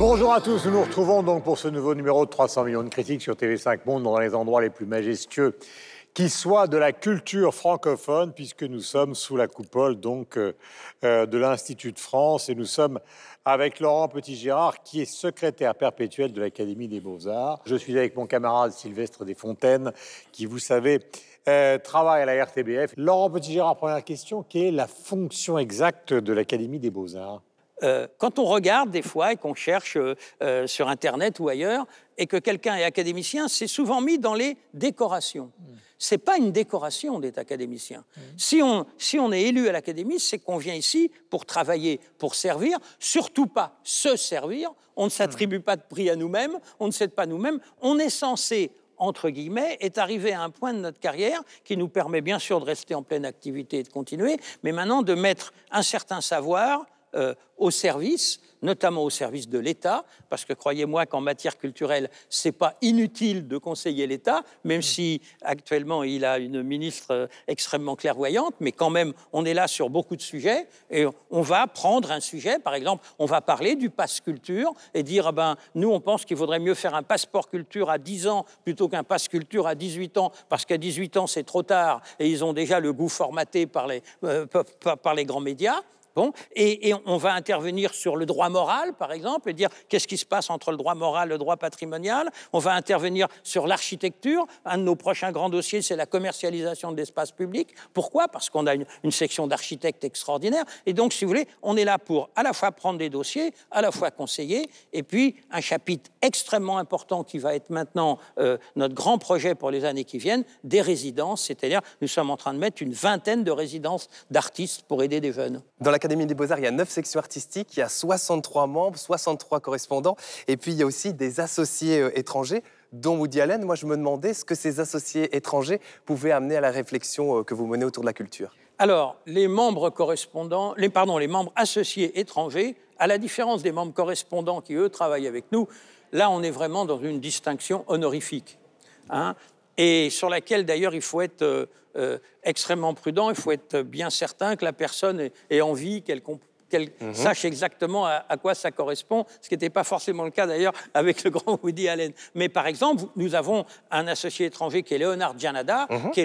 Bonjour à tous, nous nous retrouvons donc pour ce nouveau numéro de 300 millions de critiques sur TV5 Monde dans les endroits les plus majestueux qui soient de la culture francophone, puisque nous sommes sous la coupole donc de l'Institut de France et nous sommes avec Laurent Petit-Gérard qui est secrétaire perpétuel de l'Académie des Beaux-Arts. Je suis avec mon camarade Sylvestre Desfontaines qui, vous savez, travaille à la RTBF. Laurent Petit-Gérard, première question, quelle est la fonction exacte de l'Académie des Beaux-Arts ? Quand on regarde des fois et qu'on cherche sur Internet ou ailleurs et que quelqu'un est académicien, c'est souvent mis dans les décorations. C'est pas une décoration d'être académicien. Si on est élu à l'Académie, c'est qu'on vient ici pour travailler, pour servir, surtout pas se servir. On ne s'attribue pas de prix à nous-mêmes, on ne s'aide pas nous-mêmes. On est censé, entre guillemets, est arrivé à un point de notre carrière qui nous permet bien sûr de rester en pleine activité et de continuer, mais maintenant de mettre un certain savoir au service, notamment au service de l'État, parce que croyez-moi qu'en matière culturelle, c'est pas inutile de conseiller l'État, même si actuellement il a une ministre extrêmement clairvoyante, mais quand même on est là sur beaucoup de sujets et on va prendre un sujet, par exemple, on va parler du pass culture et dire nous on pense qu'il vaudrait mieux faire un passeport culture à 10 ans plutôt qu'un pass culture à 18 ans, parce qu'à 18 ans c'est trop tard et ils ont déjà le goût formaté par les grands médias. Bon, et on va intervenir sur le droit moral, par exemple, et dire qu'est-ce qui se passe entre le droit moral et le droit patrimonial. On va intervenir sur l'architecture. Un de nos prochains grands dossiers, c'est la commercialisation de l'espace public. Pourquoi ? Parce qu'on a une section d'architectes extraordinaire. Et donc, si vous voulez, on est là pour à la fois prendre des dossiers, à la fois conseiller, et puis un chapitre extrêmement important qui va être maintenant notre grand projet pour les années qui viennent, des résidences. C'est-à-dire, nous sommes en train de mettre une vingtaine de résidences d'artistes pour aider des jeunes. Dans l'Académie des Beaux-Arts, il y a 9 sections artistiques, il y a 63 membres, 63 correspondants, et puis il y a aussi des associés étrangers, dont Woody Allen. Moi, je me demandais ce que ces associés étrangers pouvaient amener à la réflexion que vous menez autour de la culture. Alors, les membres associés étrangers, à la différence des membres correspondants qui, eux, travaillent avec nous, là, on est vraiment dans une distinction honorifique, et sur laquelle, d'ailleurs, il faut être extrêmement prudent, il faut être bien certain que la personne ait envie, qu'elle sache exactement à quoi ça correspond, ce qui n'était pas forcément le cas d'ailleurs avec le grand Woody Allen. Mais par exemple, nous avons un associé étranger qui est Leonard Gianada, qui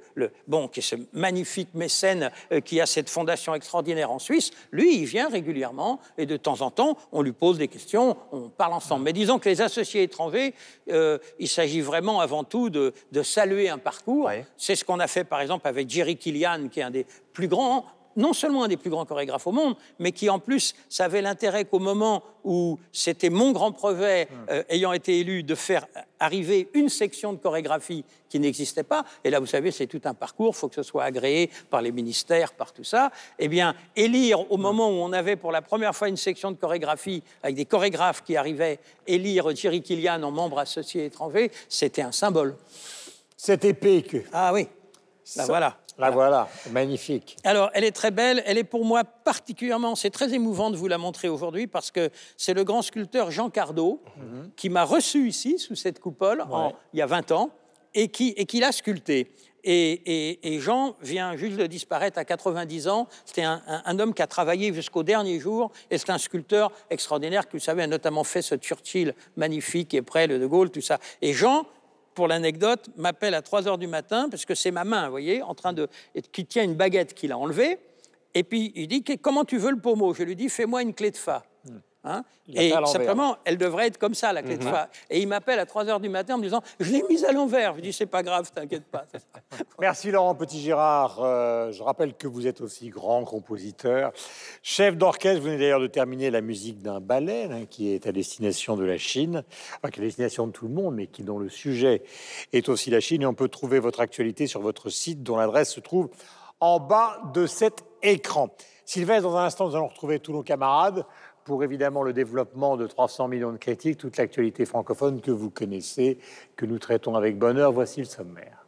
est ce magnifique mécène qui a cette fondation extraordinaire en Suisse. Lui, il vient régulièrement et de temps en temps, on lui pose des questions, on parle ensemble. Mais disons que les associés étrangers, il s'agit vraiment avant tout de saluer un parcours. Oui. C'est ce qu'on a fait par exemple avec Jerry Killian, qui est un des plus grands, non seulement un des plus grands chorégraphes au monde, mais qui en plus, ça avait l'intérêt qu'au moment où c'était mon grand projet, ayant été élu, de faire arriver une section de chorégraphie qui n'existait pas, et là vous savez c'est tout un parcours, il faut que ce soit agréé par les ministères, par tout ça, eh bien élire au moment où on avait pour la première fois une section de chorégraphie avec des chorégraphes qui arrivaient, élire Jerry Killian en membre associé étranger, c'était un symbole. Cette épée que... Ah oui, voilà. La voilà, magnifique. Alors, elle est très belle. Elle est pour moi particulièrement... C'est très émouvant de vous la montrer aujourd'hui parce que c'est le grand sculpteur Jean Cardot qui m'a reçu ici, sous cette coupole, il y a 20 ans, et qui l'a sculpté. Et Jean vient juste de disparaître à 90 ans. C'était un homme qui a travaillé jusqu'au dernier jour, et c'est un sculpteur extraordinaire qui, vous savez, a notamment fait ce Churchill magnifique qui est près, le De Gaulle, tout ça. Et Jean, pour l'anecdote, m'appelle à 3h du matin, parce que c'est ma main, vous voyez, qui tient une baguette qu'il a enlevée, et puis il dit « Comment tu veux le pommeau ?» Je lui dis « Fais-moi une clé de fa. » Et simplement, elle devrait être comme ça, la clé de fa. Et il m'appelle à 3h du matin en me disant « Je l'ai mise à l'envers. » Je dis « C'est pas grave, t'inquiète pas. » Merci Laurent Petit-Gérard. Je rappelle que vous êtes aussi grand compositeur. Chef d'orchestre, vous venez d'ailleurs de terminer la musique d'un ballet qui est à destination de la Chine, qui est à destination de tout le monde, mais dont le sujet est aussi la Chine. Et on peut trouver votre actualité sur votre site, dont l'adresse se trouve en bas de cet écran. Sylvestre, dans un instant, nous allons retrouver tous nos camarades pour évidemment le développement de 300 millions de critiques, toute l'actualité francophone que vous connaissez, que nous traitons avec bonheur. Voici le sommaire.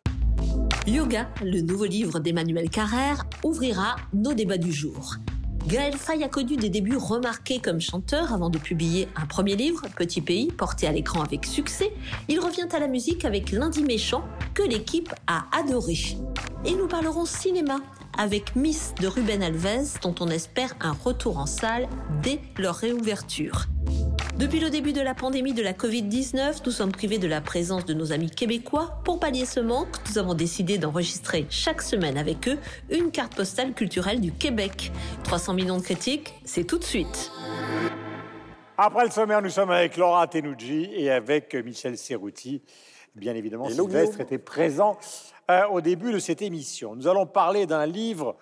Yoga, le nouveau livre d'Emmanuel Carrère, ouvrira nos débats du jour. Gaël Faye a connu des débuts remarqués comme chanteur avant de publier un premier livre, Petit Pays, porté à l'écran avec succès. Il revient à la musique avec Lundi Méchant, que l'équipe a adoré. Et nous parlerons cinéma avec Miss de Ruben Alves, dont on espère un retour en salle dès leur réouverture. Depuis le début de la pandémie de la Covid-19, nous sommes privés de la présence de nos amis québécois. Pour pallier ce manque, nous avons décidé d'enregistrer chaque semaine avec eux une carte postale culturelle du Québec. 300 millions de critiques, c'est tout de suite. Après le sommaire, nous sommes avec Laura Tenucci et avec Michel Serruti. Bien évidemment, Sylvestre était présent au début de cette émission. Nous allons parler d'un livre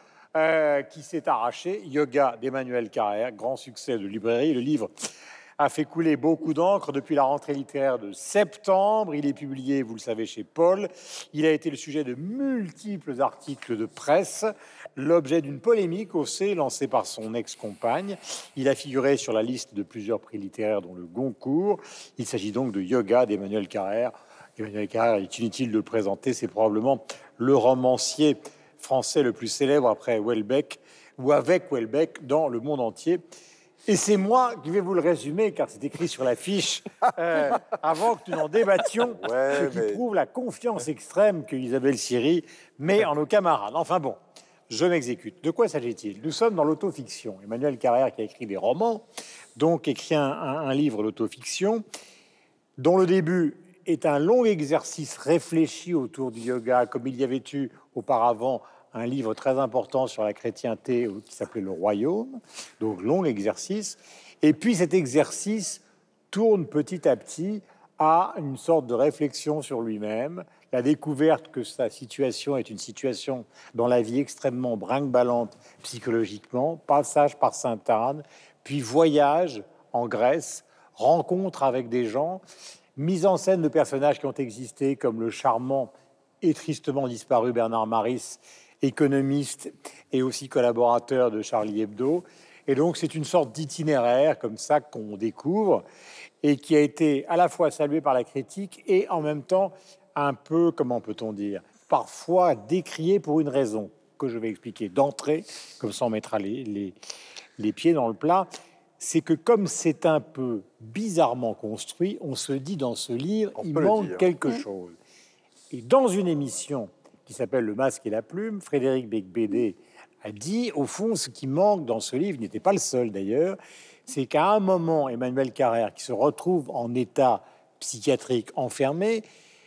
qui s'est arraché, Yoga d'Emmanuel Carrère, grand succès de librairie. Le livre a fait couler beaucoup d'encre depuis la rentrée littéraire de septembre. Il est publié, vous le savez, chez Paul. Il a été le sujet de multiples articles de presse, l'objet d'une polémique aussi lancée par son ex-compagne. Il a figuré sur la liste de plusieurs prix littéraires, dont le Goncourt. Il s'agit donc de Yoga d'Emmanuel Carrère. Emmanuel Carrère, il est inutile de le présenter, c'est probablement le romancier français le plus célèbre après Houellebecq, ou avec Houellebecq, dans le monde entier. Et c'est moi qui vais vous le résumer, car c'est écrit sur l'affiche, avant que nous n'en débattions, ce qui prouve la confiance extrême que Isabelle Siri met en nos camarades. Enfin bon, je m'exécute. De quoi s'agit-il? Nous sommes dans l'autofiction. Emmanuel Carrère, qui a écrit des romans, donc écrit un livre d'autofiction, dont le début est un long exercice réfléchi autour du yoga, comme il y avait eu auparavant un livre très important sur la chrétienté qui s'appelait Le Royaume, donc long exercice. Et puis cet exercice tourne petit à petit à une sorte de réflexion sur lui-même, la découverte que sa situation est une situation dans la vie extrêmement brinque-ballante psychologiquement, passage par Sainte-Anne, puis voyage en Grèce, rencontre avec des gens, mise en scène de personnages qui ont existé, comme le charmant et tristement disparu Bernard Maris, économiste et aussi collaborateur de Charlie Hebdo. Et donc, c'est une sorte d'itinéraire comme ça qu'on découvre et qui a été à la fois salué par la critique et en même temps un peu, comment peut-on dire, parfois décrié pour une raison que je vais expliquer d'entrée, comme ça on mettra les pieds dans le plat. C'est que comme c'est un peu bizarrement construit, on se dit dans ce livre, il manque quelque chose. Et dans une émission qui s'appelle Le Masque et la Plume, Frédéric Becbédé a dit, au fond, ce qui manque dans ce livre, il n'était pas le seul d'ailleurs, c'est qu'à un moment, Emmanuel Carrère, qui se retrouve en état psychiatrique enfermé,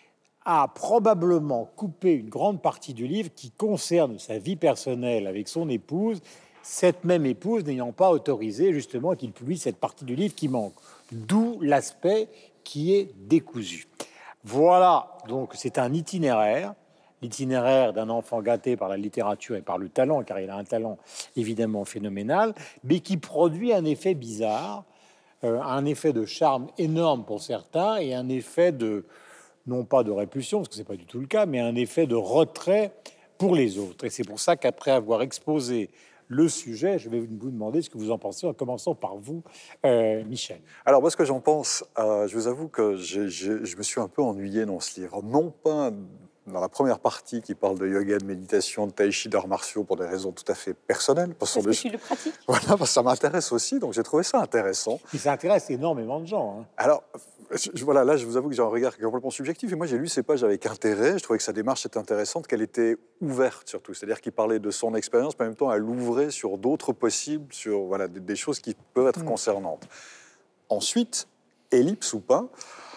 a probablement coupé une grande partie du livre qui concerne sa vie personnelle avec son épouse, cette même épouse n'ayant pas autorisé justement qu'il publie cette partie du livre qui manque. D'où l'aspect qui est décousu. Voilà, donc c'est un itinéraire, l'itinéraire d'un enfant gâté par la littérature et par le talent, car il a un talent évidemment phénoménal, mais qui produit un effet bizarre, un effet de charme énorme pour certains et un effet de, non pas de répulsion, parce que c'est pas du tout le cas, mais un effet de retrait pour les autres. Et c'est pour ça qu'après avoir exposé le sujet, je vais vous demander ce que vous en pensez, en commençant par vous, Michel. Alors, moi, ce que j'en pense, je vous avoue que je me suis un peu ennuyé dans ce livre. Non pas dans la première partie qui parle de yoga, de méditation, de tai chi, d'arts martiaux, pour des raisons tout à fait personnelles. Parce que tu le pratiques. Voilà, parce que ça m'intéresse aussi, donc j'ai trouvé ça intéressant. Et ça intéresse énormément de gens. Hein. Alors, voilà, là, je vous avoue que j'ai un regard complètement subjectif. Et moi, j'ai lu ces pages avec intérêt. Je trouvais que sa démarche était intéressante, qu'elle était ouverte surtout. C'est-à-dire qu'il parlait de son expérience, mais en même temps, elle ouvrait sur d'autres possibles, sur voilà, des choses qui peuvent être concernantes. Ensuite, ellipse ou pas,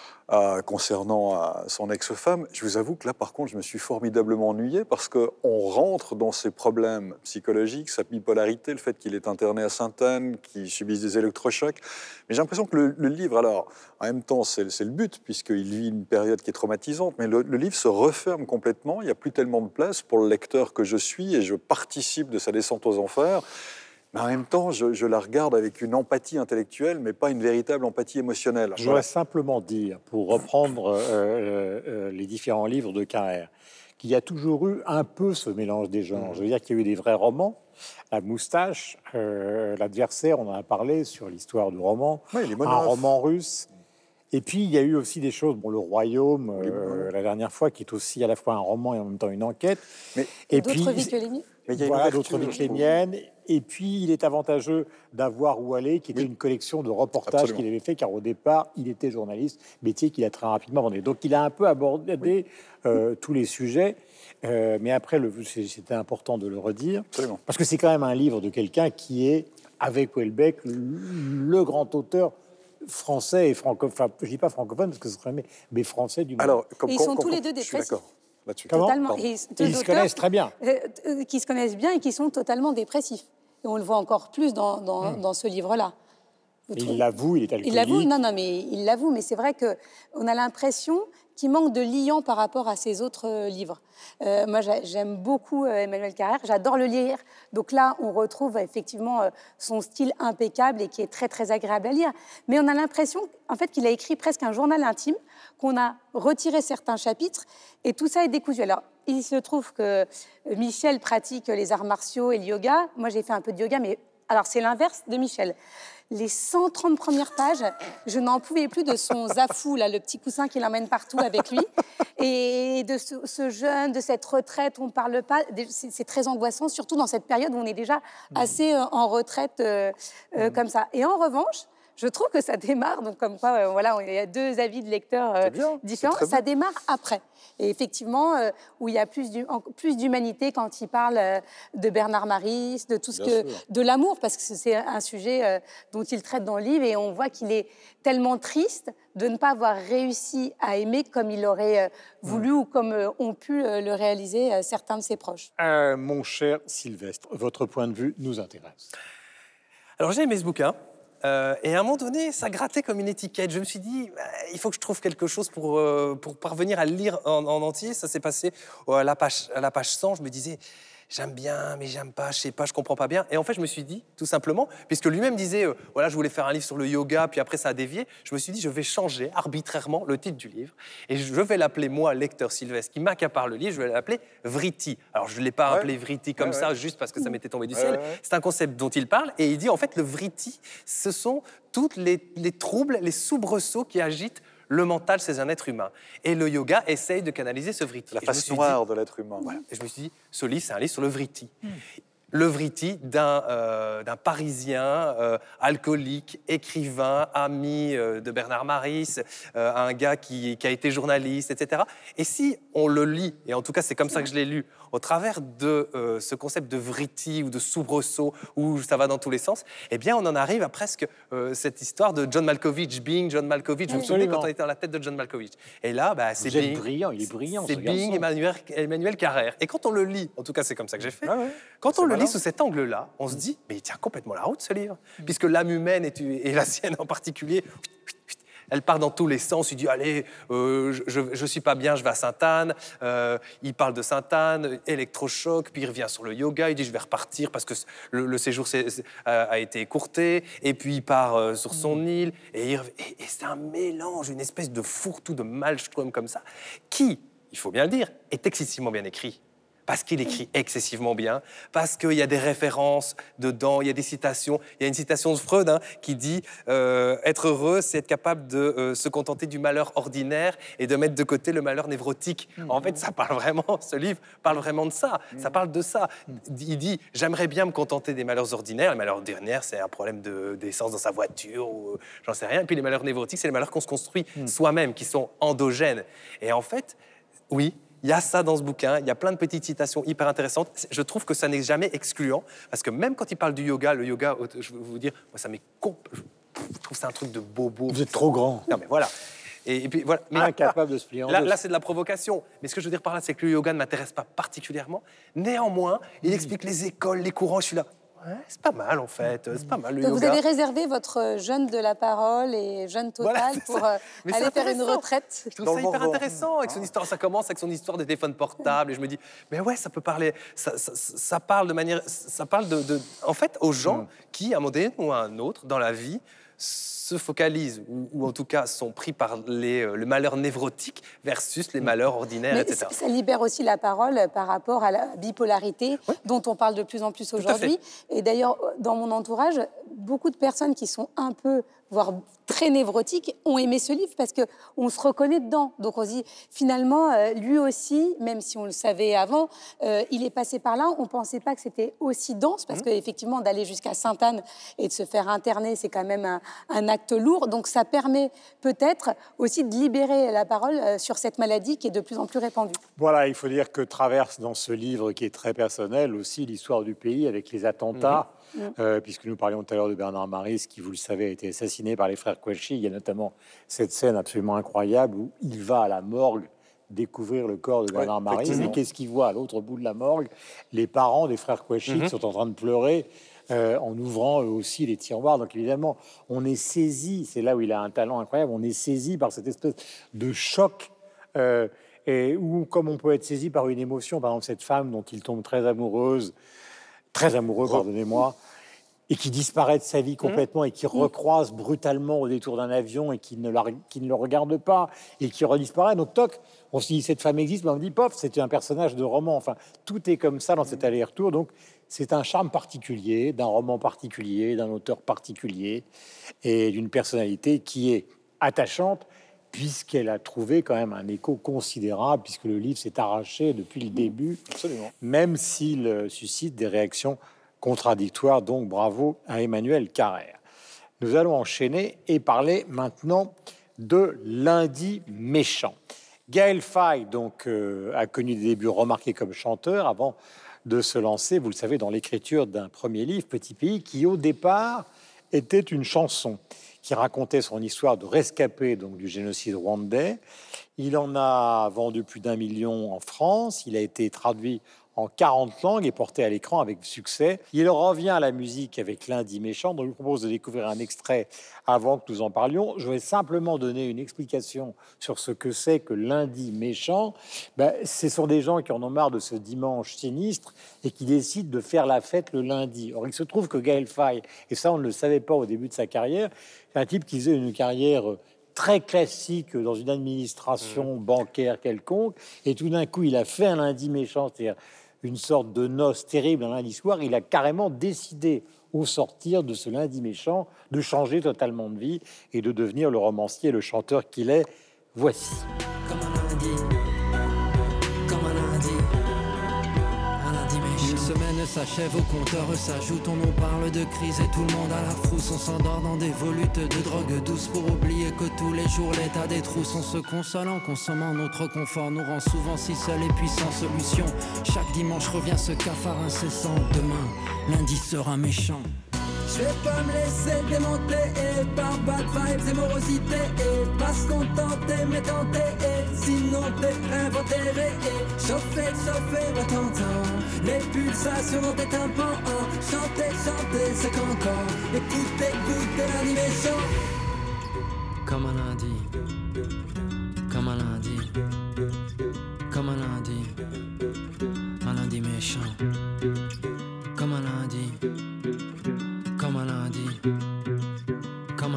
concernant son ex-femme, je vous avoue que là, par contre, je me suis formidablement ennuyé parce qu'on rentre dans ses problèmes psychologiques, sa bipolarité, le fait qu'il est interné à Sainte-Anne, qu'il subisse des électrochocs. Mais j'ai l'impression que le livre, alors, en même temps, c'est le but, puisqu'il vit une période qui est traumatisante, mais le livre se referme complètement. Il n'y a plus tellement de place pour le lecteur que je suis et je participe de sa descente aux enfers. Mais en même temps, je la regarde avec une empathie intellectuelle, mais pas une véritable empathie émotionnelle. Je voudrais simplement dire, pour reprendre les différents livres de Carrère, qu'il y a toujours eu un peu ce mélange des genres. Je veux dire qu'il y a eu des vrais romans, La Moustache, L'Adversaire, on en a parlé sur l'histoire du roman, un roman russe. Et puis, il y a eu aussi des choses, bon, Le Royaume, la dernière fois, qui est aussi à la fois un roman et en même temps une enquête. Mais, et d'autres vies que les miennes. Voilà, d'autres vies que les miennes. Et puis, il est avantageux d'avoir Où aller, qui était une collection de reportages qu'il avait fait, car au départ, il était journaliste, métier qu'il a très rapidement abandonné. Donc, il a un peu abordé tous les sujets. Mais après, c'était important de le redire. Absolument. Parce que c'est quand même un livre de quelqu'un qui est, avec Houellebecq, le grand auteur français et francophone. Enfin, je dis pas francophone parce que ce serait mais français du monde. Alors, Et ils sont tous les deux je suis dépressifs. d'accord là-dessus. Comment Totalement. Pardon. Et deux Ils se auteurs, connaissent très bien. qui se connaissent bien et qui sont totalement dépressifs. Et on le voit encore plus dans ce livre-là. Il l'avoue, il est alcoolique. Il l'avoue, non, mais il l'avoue, mais c'est vrai qu'on a l'impression qu'il manque de liant par rapport à ses autres livres. Moi, j'aime beaucoup Emmanuel Carrère, j'adore le lire. Donc là, on retrouve effectivement son style impeccable et qui est très, très agréable à lire. Mais on a l'impression, en fait, qu'il a écrit presque un journal intime, qu'on a retiré certains chapitres et tout ça est décousu. Alors, il se trouve que Michel pratique les arts martiaux et le yoga. Moi, j'ai fait un peu de yoga, mais alors c'est l'inverse de Michel. Les 130 premières pages, je n'en pouvais plus de son zafou, là, le petit coussin qu'il emmène partout avec lui. Et de ce jeûne, de cette retraite, on ne parle pas. C'est très angoissant, surtout dans cette période où on est déjà assez en retraite comme ça. Et en revanche, je trouve que ça démarre, donc comme quoi, voilà, il y a deux avis de lecteurs différents. Ça démarre après. Et effectivement, où il y a plus d'humanité quand il parle de Bernard Maris, de tout de l'amour, parce que c'est un sujet dont il traite dans le livre, et on voit qu'il est tellement triste de ne pas avoir réussi à aimer comme il aurait voulu ou comme ont pu le réaliser certains de ses proches. Mon cher Sylvestre, votre point de vue nous intéresse. Alors j'ai aimé ce bouquin. Et à un moment donné, ça grattait comme une étiquette. Je me suis dit, il faut que je trouve quelque chose pour parvenir à le lire en entier. Ça s'est passé à la page 100. Je me disais, j'aime bien, mais j'aime pas, je sais pas, je comprends pas bien. Et en fait, je me suis dit, tout simplement, puisque lui-même disait, voilà, je voulais faire un livre sur le yoga, puis après ça a dévié, je me suis dit, je vais changer arbitrairement le titre du livre. Et je vais l'appeler, moi, lecteur Sylvestre, qui m'accapare le livre, je vais l'appeler Vritti. Alors, je ne l'ai pas appelé Vritti comme ça, juste parce que ça m'était tombé du ciel. C'est un concept dont il parle. Et il dit, en fait, le Vritti, ce sont tous les troubles, les soubresauts qui agitent le mental chez un être humain. Et le yoga essaye de canaliser ce vritti. La face noire de l'être humain. Voilà. Et je me suis dit, ce livre, c'est un livre sur le vritti. Le vritti d'un Parisien alcoolique, écrivain, ami de Bernard Maris, un gars qui a été journaliste, etc. Et si on le lit, et en tout cas c'est comme ça que je l'ai lu, au travers de ce concept de vritti ou de soubresaut, où ça va dans tous les sens, eh bien on en arrive à presque cette histoire de John Malkovich, Being John Malkovich. Je me souviens quand on était dans la tête de John Malkovich. Et là, c'est Being. Brillant, il est brillant. C'est Being Emmanuel Carrère. Et quand on le lit, en tout cas c'est comme ça que j'ai fait, quand on le lit sous cet angle-là, on se dit, mais il tient complètement la route ce livre, puisque l'âme humaine et la sienne en particulier, elle part dans tous les sens. Il dit, allez, je suis pas bien, je vais à Sainte-Anne. Il parle de Sainte-Anne, électrochoc, puis il revient sur le yoga. Il dit, je vais repartir parce que le séjour a été écourté. Et puis il part sur son île. Et c'est un mélange, une espèce de fourre-tout de maelstrom comme ça, qui, il faut bien le dire, est excessivement bien écrit. Parce qu'il écrit excessivement bien, parce qu'il y a des références dedans, il y a des citations. Il y a une citation de Freud qui dit être heureux, c'est être capable de se contenter du malheur ordinaire et de mettre de côté le malheur névrotique. En fait, ça parle vraiment, ce livre parle vraiment de ça. Ça parle de ça. Il dit, j'aimerais bien me contenter des malheurs ordinaires. Les malheurs ordinaires, c'est un problème d'essence dans sa voiture ou j'en sais rien. Et puis les malheurs névrotiques, c'est les malheurs qu'on se construit soi-même, qui sont endogènes. Et en fait, oui, il y a ça dans ce bouquin, il y a plein de petites citations hyper intéressantes. Je trouve que ça n'est jamais excluant, parce que même quand il parle du yoga, le yoga, je vais vous dire, moi, ça m'est je trouve que c'est un truc de bobo. Vous êtes trop grand. Non, mais voilà. Et puis voilà. Mais incapable de se plier en deux. Là, c'est de la provocation. Mais ce que je veux dire par là, c'est que le yoga ne m'intéresse pas particulièrement. Néanmoins, il explique les écoles, les courants. Je suis là. Ouais, c'est pas mal en fait, c'est pas mal le Donc yoga. vous avez réservé votre jeûne de la parole et jeûne total pour aller faire une retraite. Je trouve ça hyper intéressant avec son histoire. Ça commence avec son histoire des téléphones portables et je me dis, mais ouais, ça peut parler, ça parle de manière, ça parle en fait aux gens qui, à un moment donné ou à un autre dans la vie, se focalisent ou en tout cas sont pris par le malheur névrotique versus les malheurs ordinaires, Mais etc. ça libère aussi la parole par rapport à la bipolarité dont on parle de plus en plus aujourd'hui. Et d'ailleurs, dans mon entourage, beaucoup de personnes qui sont un peu, voire très névrotiques, ont aimé ce livre parce qu'on se reconnaît dedans. Donc on se dit, finalement, lui aussi, même si on le savait avant, il est passé par là. On ne pensait pas que c'était aussi dense parce qu'effectivement, d'aller jusqu'à Sainte-Anne et de se faire interner, c'est quand même un acte lourd. Donc ça permet peut-être aussi de libérer la parole sur cette maladie qui est de plus en plus répandue. Voilà, il faut dire que traverse dans ce livre qui est très personnel aussi l'histoire du pays avec les attentats, puisque nous parlions tout à l'heure de Bernard Maris qui, vous le savez, a été assassiné dessiné par les frères Kouachi. Il y a notamment cette scène absolument incroyable où il va à la morgue découvrir le corps de Bernard Marie. effectivement. Et qu'est-ce qu'il voit à l'autre bout de la morgue? Les parents des frères Kouachi qui sont en train de pleurer en ouvrant eux aussi les tiroirs. Donc évidemment, on est saisi, c'est là où il a un talent incroyable, on est saisi par cette espèce de choc et où, comme on peut être saisi par une émotion, par exemple cette femme dont il tombe très amoureux, pardonnez-moi, et qui disparaît de sa vie complètement et qui recroise brutalement au détour d'un avion et qui ne le regarde pas et qui redisparaît. Donc, toc, on se dit, cette femme existe, mais on dit, pof, c'est un personnage de roman. Enfin, tout est comme ça dans cet aller-retour. Donc, c'est un charme particulier, d'un roman particulier, d'un auteur particulier et d'une personnalité qui est attachante puisqu'elle a trouvé quand même un écho considérable, puisque le livre s'est arraché depuis le début, Absolument. même s'il suscite des réactions contradictoires. Donc bravo à Emmanuel Carrère. Nous allons enchaîner et parler maintenant de Lundi méchant. Gaël Faye donc, a connu des débuts remarqués comme chanteur avant de se lancer, vous le savez, dans l'écriture d'un premier livre, Petit Pays, qui au départ était une chanson qui racontait son histoire de rescapé donc, du génocide rwandais. Il en a vendu plus d'1 million en France. Il a été traduit en 40 langues et porté à l'écran avec succès. Il revient à la musique avec Lundi méchant, dont je vous propose de découvrir un extrait avant que nous en parlions. Je vais simplement donner une explication sur ce que c'est que Lundi méchant. Ce sont des gens qui en ont marre de ce dimanche sinistre et qui décident de faire la fête le lundi. Or, il se trouve que Gaël Faye, et ça on ne le savait pas au début de sa carrière, c'est un type qui faisait une carrière très classique dans une administration bancaire quelconque, et tout d'un coup il a fait un lundi méchant, c'est-à-dire une sorte de noce terrible un lundi soir. Il a carrément décidé au sortir de ce lundi méchant de changer totalement de vie et de devenir le romancier, le chanteur qu'il est. Voici. Comme un lundi, comme un lundi méchant. Une semaine s'achève, au compteur s'ajoute, on nous parle de crise et tout le monde à la frousse. On s'endort dans des volutes de drogue douce pour oublier que tous les jours l'état des trousses. On se console en consommant notre confort, nous rend souvent si seuls et puis sans solution. Chaque dimanche revient ce cafard incessant. Demain, lundi sera méchant. Je vais pas me laisser démonter par bad vibes et morosité pas se contenter mais tenter sinon t'es inventé chauffer, va t'entendre les pulsations dans tes tympans chanter, c'est qu'encore écoutez, lundi méchant. Comme un lundi, comme un lundi, comme un lundi méchant. Comme un lundi, comme un lundi, comme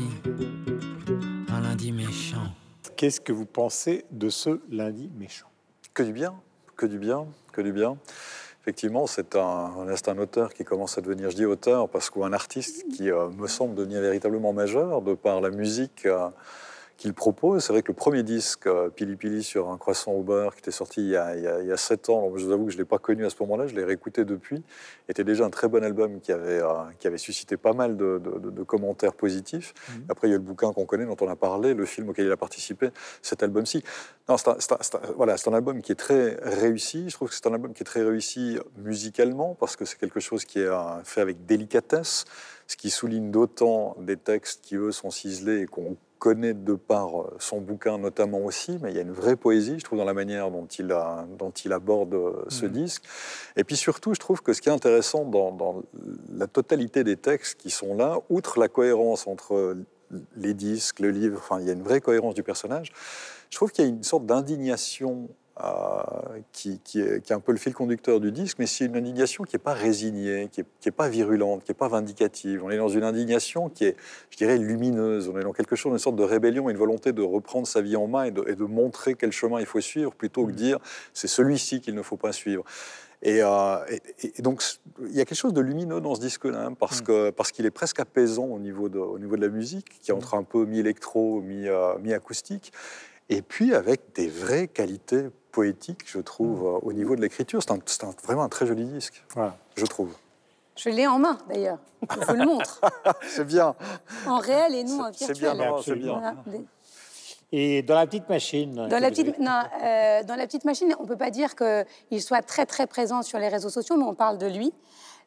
un lundi méchant. Qu'est-ce que vous pensez de ce lundi méchant? Que du bien, que du bien, que du bien. Effectivement, c'est un auteur qui commence à devenir, je dis auteur, parce qu'un artiste qui me semble devenir véritablement majeur de par la musique qu'il propose. C'est vrai que le premier disque, Pili Pili sur un croissant au beurre, qui était sorti il y a 7 ans, je vous avoue que je ne l'ai pas connu à ce moment-là, je l'ai réécouté depuis, était déjà un très bon album qui avait suscité pas mal de commentaires positifs. Après, il y a le bouquin qu'on connaît, dont on a parlé, le film auquel il a participé, cet album-ci. C'est un album qui est très réussi. Je trouve que c'est un album qui est très réussi musicalement, parce que c'est quelque chose qui est fait avec délicatesse, ce qui souligne d'autant des textes qui, eux, sont ciselés et qu'on connaît de par son bouquin notamment aussi, mais il y a une vraie poésie, je trouve, dans la manière dont il aborde ce disque. Et puis surtout, je trouve que ce qui est intéressant dans la totalité des textes qui sont là, outre la cohérence entre les disques, le livre, enfin, il y a une vraie cohérence du personnage, je trouve qu'il y a une sorte d'indignation qui est un peu le fil conducteur du disque, mais c'est une indignation qui n'est pas résignée, qui est pas virulente, qui n'est pas vindicative. On est dans une indignation qui est, je dirais, lumineuse. On est dans quelque chose, une sorte de rébellion, une volonté de reprendre sa vie en main et de montrer quel chemin il faut suivre, plutôt que de dire c'est celui-ci qu'il ne faut pas suivre. Et donc, il y a quelque chose de lumineux dans ce disque-là, parce qu'il est presque apaisant au niveau de la musique, qui est entre un peu mi-électro, mi-acoustique, et puis avec des vraies qualités poétiques, je trouve, au niveau de l'écriture. C'est vraiment un très joli disque, voilà, je trouve. Je l'ai en main, d'ailleurs. Je vous le montre. C'est bien. En réel et non en virtuel. C'est bien, non, c'est bien. Voilà. Et dans la petite machine Dans la petite machine, on ne peut pas dire qu'il soit très, très présent sur les réseaux sociaux, mais on parle de lui.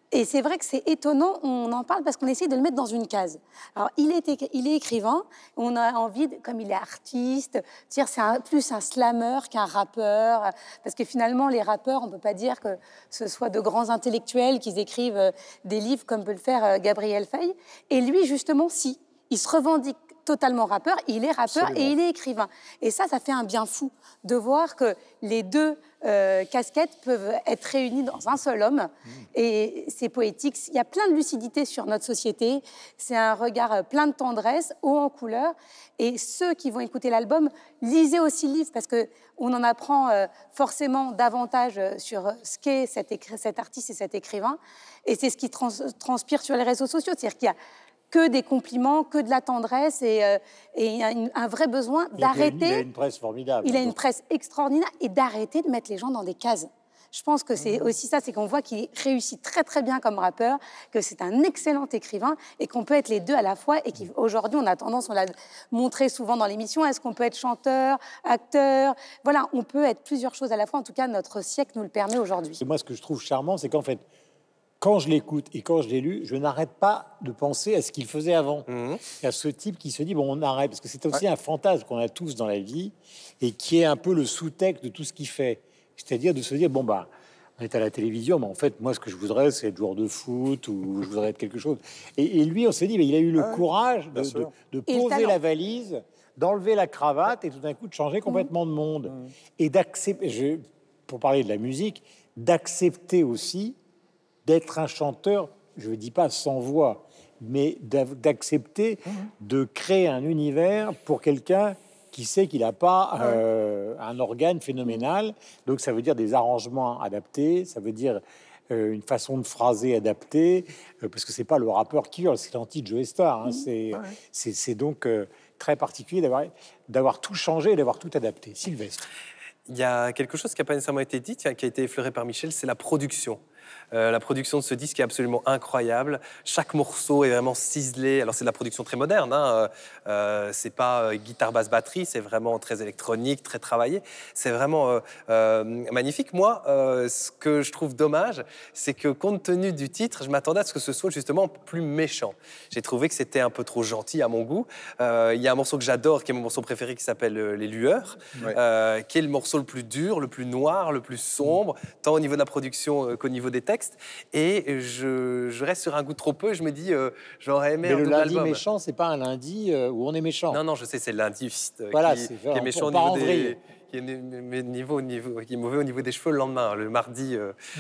Et c'est vrai que c'est étonnant, on en parle parce qu'on essaie de le mettre dans une case. Alors, il est écrivain, on a envie, comme il est artiste, dire c'est plus un slammer qu'un rappeur, parce que finalement, les rappeurs, on ne peut pas dire que ce soit de grands intellectuels qui écrivent des livres comme peut le faire Gabriel Fay. Et lui, justement, si, il se revendique totalement rappeur, il est rappeur Absolument. et il est écrivain. Et ça fait un bien fou de voir que les deux casquettes peuvent être réunies dans un seul homme. Et c'est poétique. Il y a plein de lucidité sur notre société. C'est un regard plein de tendresse, haut en couleur. Et ceux qui vont écouter l'album, lisez aussi le livre parce qu'on en apprend forcément davantage sur ce qu'est cet artiste et cet écrivain. Et c'est ce qui transpire sur les réseaux sociaux. C'est-à-dire qu'il y a que des compliments, que de la tendresse et un vrai besoin d'arrêter. Il a une presse formidable. Il a une presse extraordinaire et d'arrêter de mettre les gens dans des cases. Je pense que c'est aussi ça, c'est qu'on voit qu'il réussit très très bien comme rappeur, que c'est un excellent écrivain et qu'on peut être les deux à la fois et qu'aujourd'hui on a tendance, on l'a montré souvent dans l'émission, est-ce qu'on peut être chanteur, acteur, voilà, on peut être plusieurs choses à la fois, en tout cas notre siècle nous le permet aujourd'hui. Et moi ce que je trouve charmant, c'est qu'en fait, quand je l'écoute et quand je l'ai lu, je n'arrête pas de penser à ce qu'il faisait avant. Et à ce type qui se dit, bon, on arrête, parce que c'est aussi un fantasme qu'on a tous dans la vie et qui est un peu le sous-texte de tout ce qu'il fait. C'est-à-dire de se dire, bon, bah, on est à la télévision, mais en fait, moi, ce que je voudrais, c'est être joueur de foot ou je voudrais être quelque chose. Et lui, on s'est dit, mais il a eu le courage de poser la valise, d'enlever la cravate et tout d'un coup de changer complètement de monde. Et d'accepter, pour parler de la musique, d'accepter aussi d'être un chanteur, je ne dis pas sans voix, mais d'accepter de créer un univers pour quelqu'un qui sait qu'il n'a pas un organe phénoménal. Donc ça veut dire des arrangements adaptés, ça veut dire une façon de phraser adaptée, parce que c'est pas le rappeur qui hurle, c'est l'anti-Joe Star. Hein, c'est donc très particulier d'avoir tout changé et d'avoir tout adapté. Sylvestre. Il y a quelque chose qui n'a pas nécessairement été dit, qui a été effleuré par Michel, c'est la production. La production de ce disque est absolument incroyable. Chaque morceau est vraiment ciselé. Alors c'est de la production très moderne, hein. C'est pas guitare, basse, batterie, c'est vraiment très électronique, très travaillé. C'est vraiment magnifique. Moi, ce que je trouve dommage, c'est que compte tenu du titre, je m'attendais à ce que ce soit justement plus méchant. J'ai trouvé que c'était un peu trop gentil à mon goût. Il y a un morceau que j'adore, qui est mon morceau préféré, qui s'appelle Les Lueurs, qui est le morceau le plus dur, le plus noir, le plus sombre, tant au niveau de la production qu'au niveau des textes. Et je reste sur un goût trop peu. Je me dis, j'aurais aimé. Mais un le double lundi album. méchant, c'est pas un lundi où on est méchant. Non, je sais, c'est le lundi voilà, qui est méchant au niveau des. Qui est mauvais au niveau des cheveux le lendemain, le mardi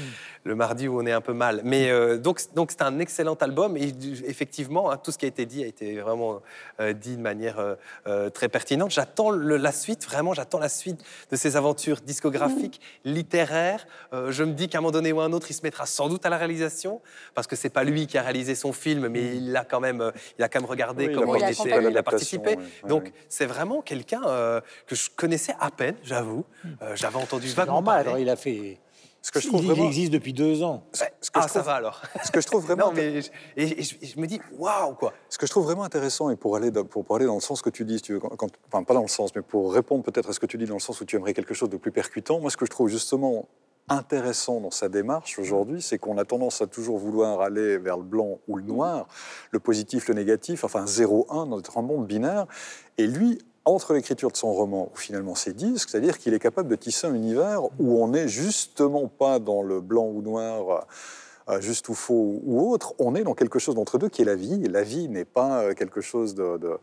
où on est un peu mal. Mais donc c'est un excellent album et effectivement, hein, tout ce qui a été dit vraiment dit de manière très pertinente. J'attends la suite, vraiment, j'attends la suite de ses aventures discographiques, littéraires. Je me dis qu'à un moment donné ou à un autre, il se mettra sans doute à la réalisation, parce que c'est pas lui qui a réalisé son film, mais il a quand même regardé comment il a participé. Donc c'est vraiment quelqu'un que je connaissais à peine. J'avoue, j'avais entendu vaguement normal, parler. alors il a fait... Ce que je trouve vraiment... Il existe depuis 2 ans. Ça va alors. Ce que je trouve vraiment... Non, mais je me dis, waouh, quoi. Ce que je trouve vraiment intéressant, et pour aller dans le sens que tu dis, si tu veux, enfin pas dans le sens, mais pour répondre peut-être à ce que tu dis dans le sens où tu aimerais quelque chose de plus percutant, moi ce que je trouve justement intéressant dans sa démarche aujourd'hui, c'est qu'on a tendance à toujours vouloir aller vers le blanc ou le noir, le positif, le négatif, enfin 0-1 dans notre monde binaire. Et lui, entre l'écriture de son roman ou finalement ses disques, c'est-à-dire qu'il est capable de tisser un univers où on n'est justement pas dans le blanc ou noir, juste ou faux ou autre, on est dans quelque chose d'entre deux qui est la vie. Et la vie n'est pas quelque chose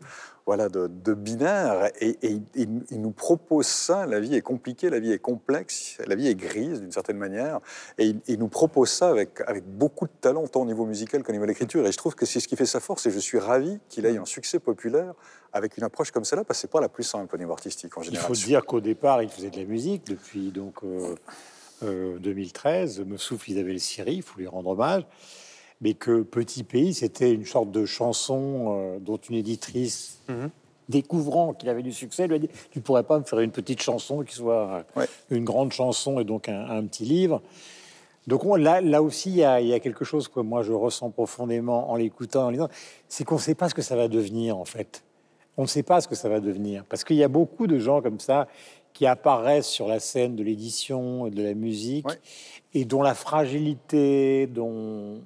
de binaire. Et il nous propose ça. La vie est compliquée, la vie est complexe, la vie est grise d'une certaine manière. Et il nous propose ça avec beaucoup de talent, tant au niveau musical qu'au niveau de l'écriture. Et je trouve que c'est ce qui fait sa force. Et je suis ravi qu'il ait un succès populaire avec une approche comme celle-là, parce que c'est pas la plus simple au niveau artistique en général. Il faut dire qu'au départ, il faisait de la musique depuis 2013. Me souffle Isabelle Siri, il faut lui rendre hommage. Mais que Petit Pays, c'était une sorte de chanson dont une éditrice, découvrant qu'il avait du succès, lui a dit « Tu pourrais pas me faire une petite chanson qui soit une grande chanson et donc un petit livre ?» Donc là aussi, il y a quelque chose que moi je ressens profondément en l'écoutant, en lisant, c'est qu'on ne sait pas ce que ça va devenir en fait. On ne sait pas ce que ça va devenir. Parce qu'il y a beaucoup de gens comme ça qui apparaissent sur la scène de l'édition et de la musique, et dont la fragilité, dont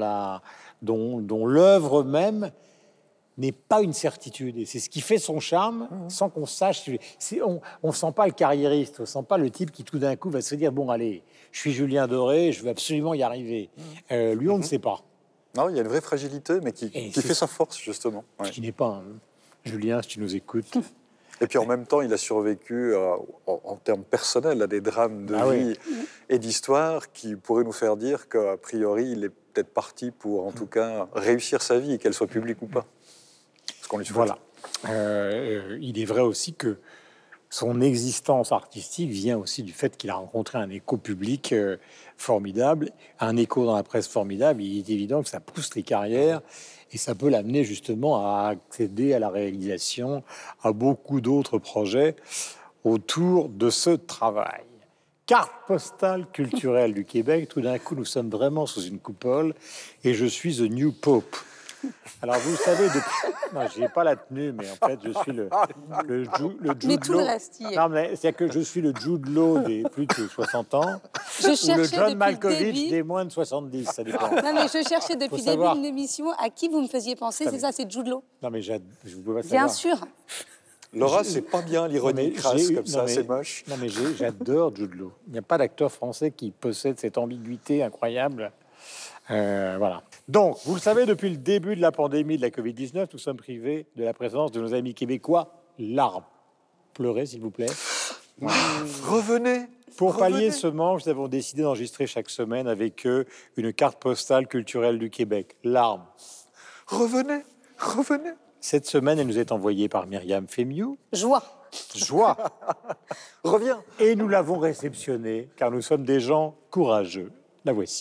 l'œuvre même n'est pas une certitude. Et c'est ce qui fait son charme, sans qu'on sache. On ne sent pas le carriériste, on ne sent pas le type qui tout d'un coup va se dire, bon allez, je suis Julien Doré, je veux absolument y arriver. Lui, on ne sait pas. Non, il y a une vraie fragilité, mais qui fait sa force, justement. Ce qui n'est pas... Julien, si tu nous écoutes... Et puis en même temps, il a survécu en termes personnels à des drames de vie et d'histoire qui pourraient nous faire dire qu'a priori, il est peut-être parti pour, en tout cas, réussir sa vie, qu'elle soit publique ou pas. Ce qu'on lui souhaite. Voilà. Il est vrai aussi que son existence artistique vient aussi du fait qu'il a rencontré un écho public formidable, un écho dans la presse formidable. Il est évident que ça pousse les carrières et ça peut l'amener justement à accéder à la réalisation, à beaucoup d'autres projets autour de ce travail. Carte postale culturelle du Québec. Tout d'un coup, nous sommes vraiment sous une coupole et je suis the new Pope. Alors, vous savez, non, je n'ai pas la tenue, mais en fait, je suis le Jude Mais tout Law. le reste y est. Non, mais c'est que je suis le Jude Law des plus de 60 ans, Je ou le cherchais John depuis Malkovich le début. des moins de 70, ça dépend. Non, mais je cherchais depuis le début savoir. de l'émission à qui vous me faisiez penser. Putain, C'est ça, c'est Jude Law. Non, mais je ne peux pas Bien savoir. sûr. Laura, c'est pas bien l'ironie crasse comme ça, c'est moche. Non, mais j'adore Jude Law. Il n'y a pas d'acteur français qui possède cette ambiguïté incroyable. Voilà. Donc, vous le savez, depuis le début de la pandémie de la Covid-19, nous sommes privés de la présence de nos amis québécois. Larmes. Pleurez, s'il vous plaît. Voilà. Revenez. Pour pallier ce manque, nous avons décidé d'enregistrer chaque semaine avec eux une carte postale culturelle du Québec. Larmes. Revenez. Revenez. Cette semaine, elle nous est envoyée par Myriam Fémiou. Joie. Joie. Reviens. Et nous l'avons réceptionnée, car nous sommes des gens courageux. La voici.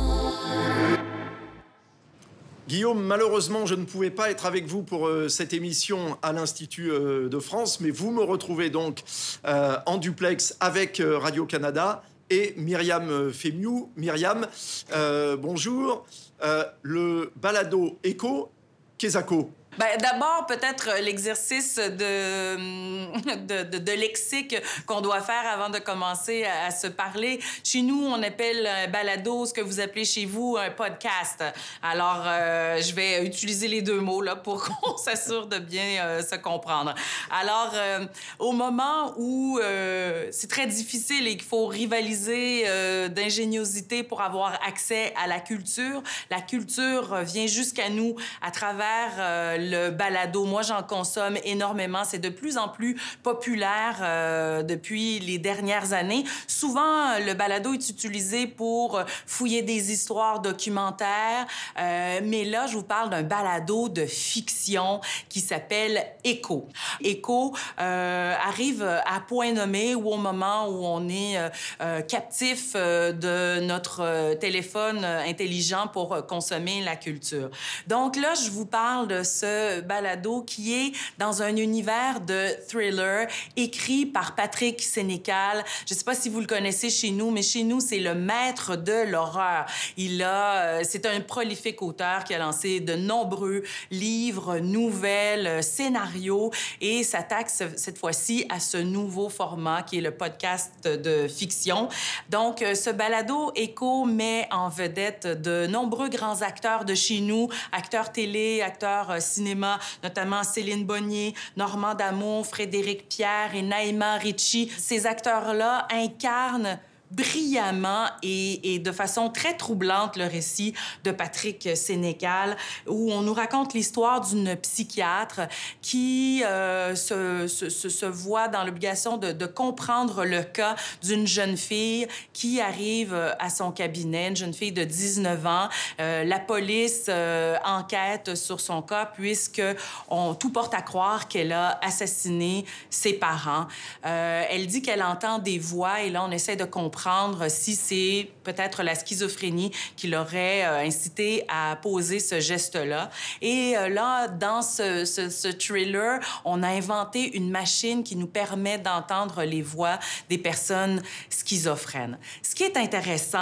Guillaume, malheureusement, je ne pouvais pas être avec vous pour cette émission à l'Institut de France, mais vous me retrouvez donc en duplex avec Radio-Canada et Myriam Fémiou. Myriam, bonjour. Le balado Écho, qu'est-ce que Ben, d'abord, peut-être l'exercice de lexique qu'on doit faire avant de commencer à se parler. Chez nous, on appelle un balado ce que vous appelez chez vous un podcast. Alors, je vais utiliser les deux mots là, pour qu'on s'assure de bien se comprendre. Alors, au moment où c'est très difficile et qu'il faut rivaliser d'ingéniosité pour avoir accès à la culture vient jusqu'à nous à travers le balado. Moi, j'en consomme énormément. C'est de plus en plus populaire depuis les dernières années. Souvent, le balado est utilisé pour fouiller des histoires documentaires, mais là, je vous parle d'un balado de fiction qui s'appelle Écho. Écho arrive à point nommé ou au moment où on est captif de notre téléphone intelligent pour consommer la culture. Donc là, je vous parle de ce balado qui est dans un univers de thriller écrit par Patrick Sénécal. Je ne sais pas si vous le connaissez chez nous, mais chez nous, c'est le maître de l'horreur. C'est un prolifique auteur qui a lancé de nombreux livres, nouvelles, scénarios et s'attaque cette fois-ci à ce nouveau format qui est le podcast de fiction. Donc, ce balado Écho met en vedette de nombreux grands acteurs de chez nous, acteurs télé, acteurs cinéma, notamment Céline Bonnier, Normand D'Amo, Frédéric Pierre et Naïma Ricci. Ces acteurs-là incarnent brillamment et de façon très troublante le récit de Patrick Sénécal, où on nous raconte l'histoire d'une psychiatre qui se voit dans l'obligation de comprendre le cas d'une jeune fille qui arrive à son cabinet, une jeune fille de 19 ans. La police enquête sur son cas puisque tout porte à croire qu'elle a assassiné ses parents. Elle dit qu'elle entend des voix et là, on essaie de comprendre si c'est peut-être la schizophrénie qui l'aurait incité à poser ce geste-là. Et là, dans ce thriller, on a inventé une machine qui nous permet d'entendre les voix des personnes schizophrènes. Ce qui est intéressant,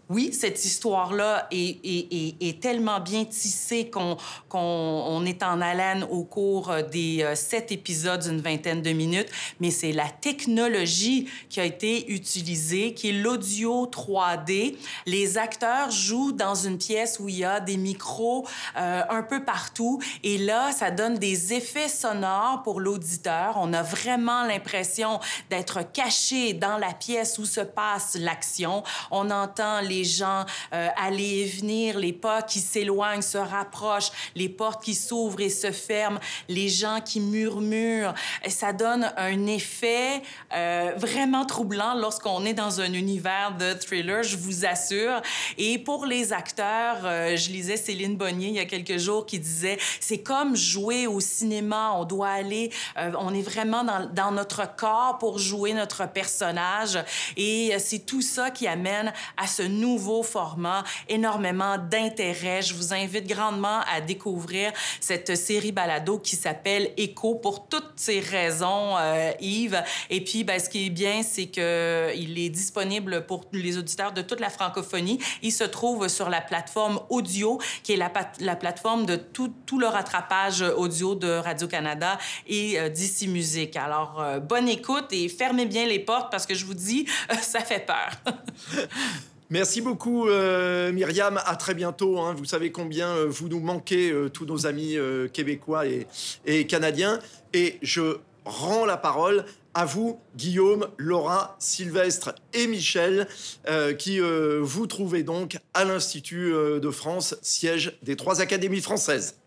Oui, cette histoire-là est tellement bien tissée qu'on est en haleine au cours des 7 épisodes d'une vingtaine de minutes, mais c'est la technologie qui a été utilisée, qui est l'audio 3D. Les acteurs jouent dans une pièce où il y a des micros un peu partout, et là, ça donne des effets sonores pour l'auditeur. On a vraiment l'impression d'être caché dans la pièce où se passe l'action. On entend les gens aller et venir, les pas qui s'éloignent, se rapprochent, les portes qui s'ouvrent et se ferment, les gens qui murmurent. Et ça donne un effet vraiment troublant lorsqu'on est dans un univers de thriller, je vous assure. Et pour les acteurs, je lisais Céline Bonnier il y a quelques jours qui disait « C'est comme jouer au cinéma, on doit aller, on est vraiment dans notre corps pour jouer notre personnage. » Et c'est tout ça qui amène à ce nouveau format, énormément d'intérêt. Je vous invite grandement à découvrir cette série balado qui s'appelle Écho pour toutes ces raisons, Yves. Et puis, ben, ce qui est bien, c'est qu'il est disponible pour les auditeurs de toute la francophonie. Il se trouve sur la plateforme audio, qui est la plateforme de tout le rattrapage audio de Radio-Canada et d'Ici Musique. Alors, bonne écoute et fermez bien les portes parce que je vous dis, ça fait peur. Merci beaucoup, Myriam. À très bientôt. Hein. Vous savez combien vous nous manquez, tous nos amis québécois et canadiens. Et je rends la parole à vous, Guillaume, Laura, Sylvestre et Michel, qui vous trouvez donc à l'Institut de France, siège des 3 académies françaises.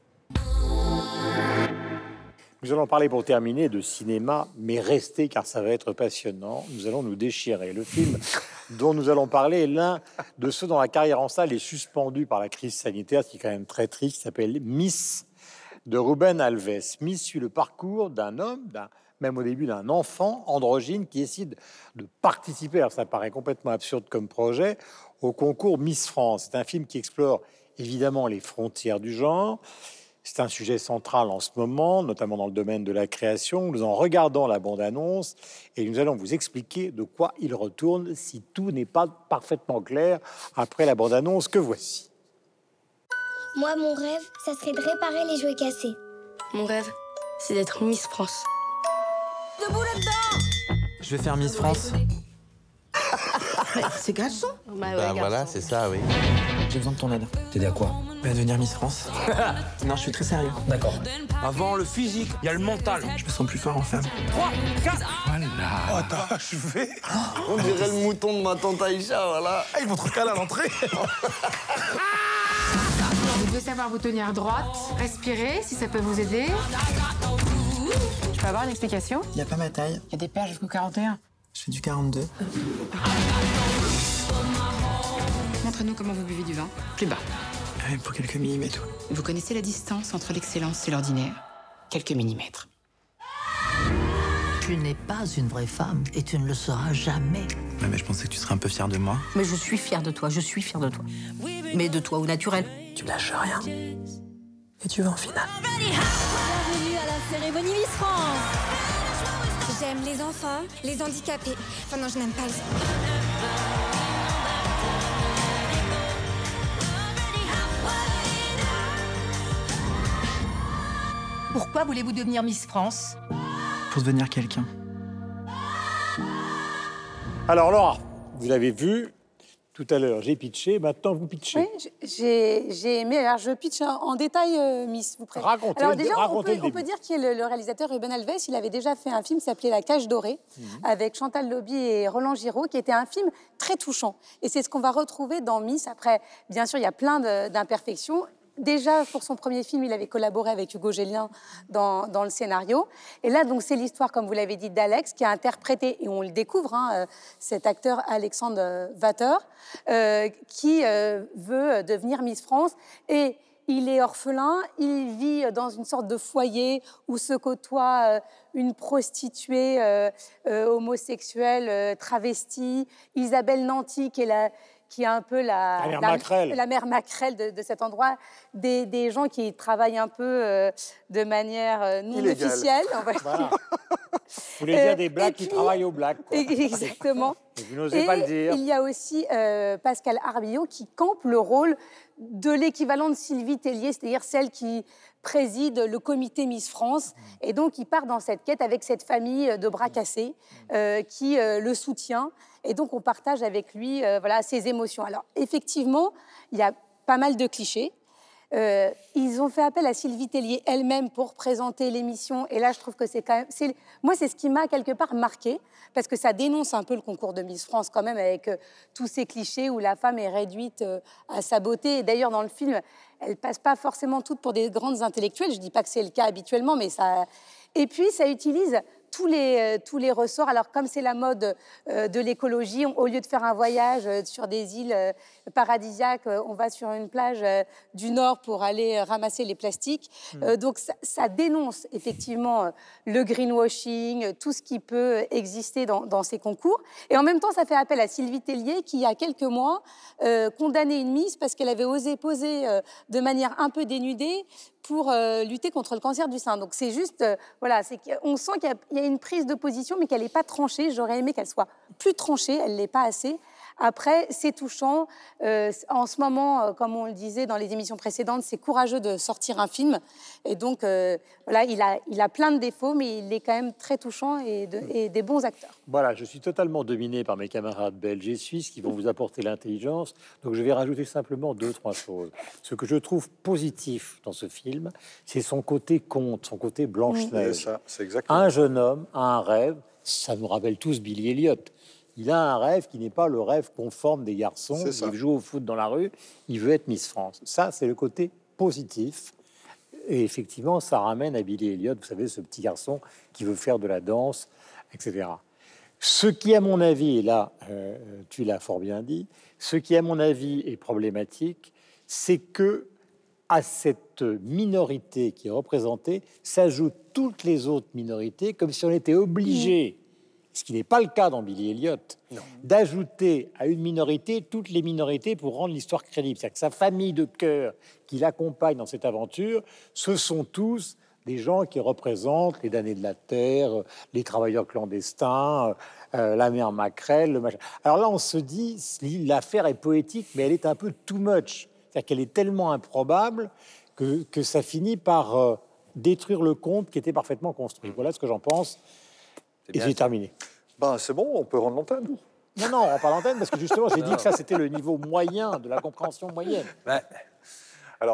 Nous allons parler pour terminer de cinéma, mais restez car ça va être passionnant. Nous allons nous déchirer. Le film dont nous allons parler est l'un de ceux dont la carrière en salle est suspendue par la crise sanitaire, ce qui est quand même très triste, qui s'appelle Miss de Ruben Alves. Miss suit le parcours d'un homme, même au début d'un enfant androgyne qui décide de participer, alors ça paraît complètement absurde comme projet, au concours Miss France. C'est un film qui explore évidemment les frontières du genre. C'est un sujet central en ce moment, notamment dans le domaine de la création. Nous en regardons la bande-annonce et nous allons vous expliquer de quoi il retourne si tout n'est pas parfaitement clair après la bande-annonce que voici. Moi, mon rêve, ça serait de réparer les jouets cassés. Mon rêve, c'est d'être Miss France. Debout là-dedans! Je vais faire Miss France. C'est garçon. Bah voilà, c'est ça, oui. J'ai besoin de ton aide. T'aider à quoi? Bah, devenir Miss France. Non, je suis très sérieux. D'accord. Avant le physique, il y a le mental. Je me sens plus fort en femme. 3, 4. Voilà. Oh, t'as achevé. On dirait le mouton de ma tante Aïcha, voilà. Ils vont te recaler à l'entrée. Vous devez savoir vous tenir droite, respirer, si ça peut vous aider. Je peux avoir une explication? Il n'y a pas ma taille. Il y a des paires jusqu'au 41. Je fais du 42. Montrez-nous comment vous buvez du vin. Plus bas. Pour quelques millimètres. Vous connaissez la distance entre l'excellence et l'ordinaire? Quelques millimètres. Tu n'es pas une vraie femme et tu ne le seras jamais. Ouais, mais je pensais que tu serais un peu fière de moi. Mais je suis fière de toi, je suis fière de toi. Mais de toi au naturel. Tu lâches rien. Et tu vas en finale. Bienvenue à la cérémonie Miss France. J'aime les enfants, les handicapés. Enfin non, je n'aime pas les... Pourquoi voulez-vous devenir Miss France? Pour devenir quelqu'un. Alors Laura, vous l'avez vu tout à l'heure, j'ai pitché, maintenant vous pitchez. Oui, j'ai aimé. Alors, je pitch en détail, Miss, vous préférez. Racontez, Alors, déjà, racontez on peut dire qu'il est le réalisateur Ruben Alves. Il avait déjà fait un film qui s'appelait La Cage dorée, avec Chantal Lobby et Roland Giraud, qui était un film très touchant. Et c'est ce qu'on va retrouver dans Miss. Après, bien sûr, il y a plein d'imperfections. Déjà, pour son premier film, il avait collaboré avec Hugo Gélien dans le scénario. Et là, donc, c'est l'histoire, comme vous l'avez dit, d'Alex, qui a interprété, et on le découvre, cet acteur Alexandre Vater, qui veut devenir Miss France. Et il est orphelin, il vit dans une sorte de foyer où se côtoient une prostituée homosexuelle travestie, Isabelle Nanty, qui est qui est un peu La mère Maquerelle. la mère Maquerelle de cet endroit, des gens qui travaillent un peu de manière non Illégale. officielle. Voilà. Vous voulez dire des blacks qui travaillent au black, quoi. Exactement. Et vous n'osez pas le dire. Il y a aussi Pascal Arbillot qui campe le rôle de l'équivalent de Sylvie Tellier, c'est-à-dire celle qui préside le comité Miss France. Et donc, il part dans cette quête avec cette famille de bras cassés qui le soutient. Et donc, on partage avec lui voilà, ses émotions. Alors, effectivement, il y a pas mal de clichés. Ils ont fait appel à Sylvie Tellier elle-même pour présenter l'émission. Et là, je trouve que c'est quand même... Moi, c'est ce qui m'a quelque part marqué, parce que ça dénonce un peu le concours de Miss France quand même, avec tous ces clichés où la femme est réduite à sa beauté. Et d'ailleurs, dans le film, elles ne passent pas forcément toutes pour des grandes intellectuelles. Je ne dis pas que c'est le cas habituellement, mais ça... Et puis, ça utilise tous les ressorts. Alors, comme c'est la mode de l'écologie, au lieu de faire un voyage sur des îles paradisiaques, on va sur une plage du Nord pour aller ramasser les plastiques. Donc, ça dénonce effectivement le greenwashing, tout ce qui peut exister dans ces concours. Et en même temps, ça fait appel à Sylvie Tellier, qui, il y a quelques mois, condamnait une Miss parce qu'elle avait osé poser de manière un peu dénudée pour lutter contre le cancer du sein. Donc, c'est juste... voilà, on sent qu'il y a une prise de position, mais qu'elle n'est pas tranchée. J'aurais aimé qu'elle soit plus tranchée. Elle ne l'est pas assez. Après, c'est touchant. En ce moment, comme on le disait dans les émissions précédentes, c'est courageux de sortir un film. Et donc, voilà, il a plein de défauts, mais il est quand même très touchant et des bons acteurs. Voilà, je suis totalement dominé par mes camarades belges et suisses qui vont vous apporter l'intelligence. Donc, je vais rajouter simplement 2-3 choses. Ce que je trouve positif dans ce film, c'est son côté conte, son côté Blanche-Neige. C'est exactement. Un jeune homme a un rêve. Ça nous rappelle tous Billy Elliot. Il a un rêve qui n'est pas le rêve conforme des garçons. Il joue au foot dans la rue, il veut être Miss France. Ça, c'est le côté positif. Et effectivement, ça ramène à Billy Elliot, vous savez, ce petit garçon qui veut faire de la danse, etc. Ce qui, à mon avis, et là, tu l'as fort bien dit, ce qui, à mon avis, est problématique, c'est que à cette minorité qui est représentée s'ajoutent toutes les autres minorités, comme si on était obligé, ce qui n'est pas le cas dans Billy Elliot, d'ajouter à une minorité toutes les minorités pour rendre l'histoire crédible. C'est-à-dire que sa famille de cœur qui l'accompagne dans cette aventure, ce sont tous des gens qui représentent les damnés de la terre, les travailleurs clandestins, la mère Maquerelle, le machin. Alors là, on se dit, l'affaire est poétique, mais elle est un peu too much. C'est-à-dire qu'elle est tellement improbable que ça finit par détruire le conte qui était parfaitement construit. Voilà ce que j'en pense. Et j'ai terminé. Ben, c'est bon, on peut rendre l'antenne. Non, on rend pas l'antenne parce que justement, j'ai dit que ça, c'était le niveau moyen de la compréhension moyenne. Ouais. Alors,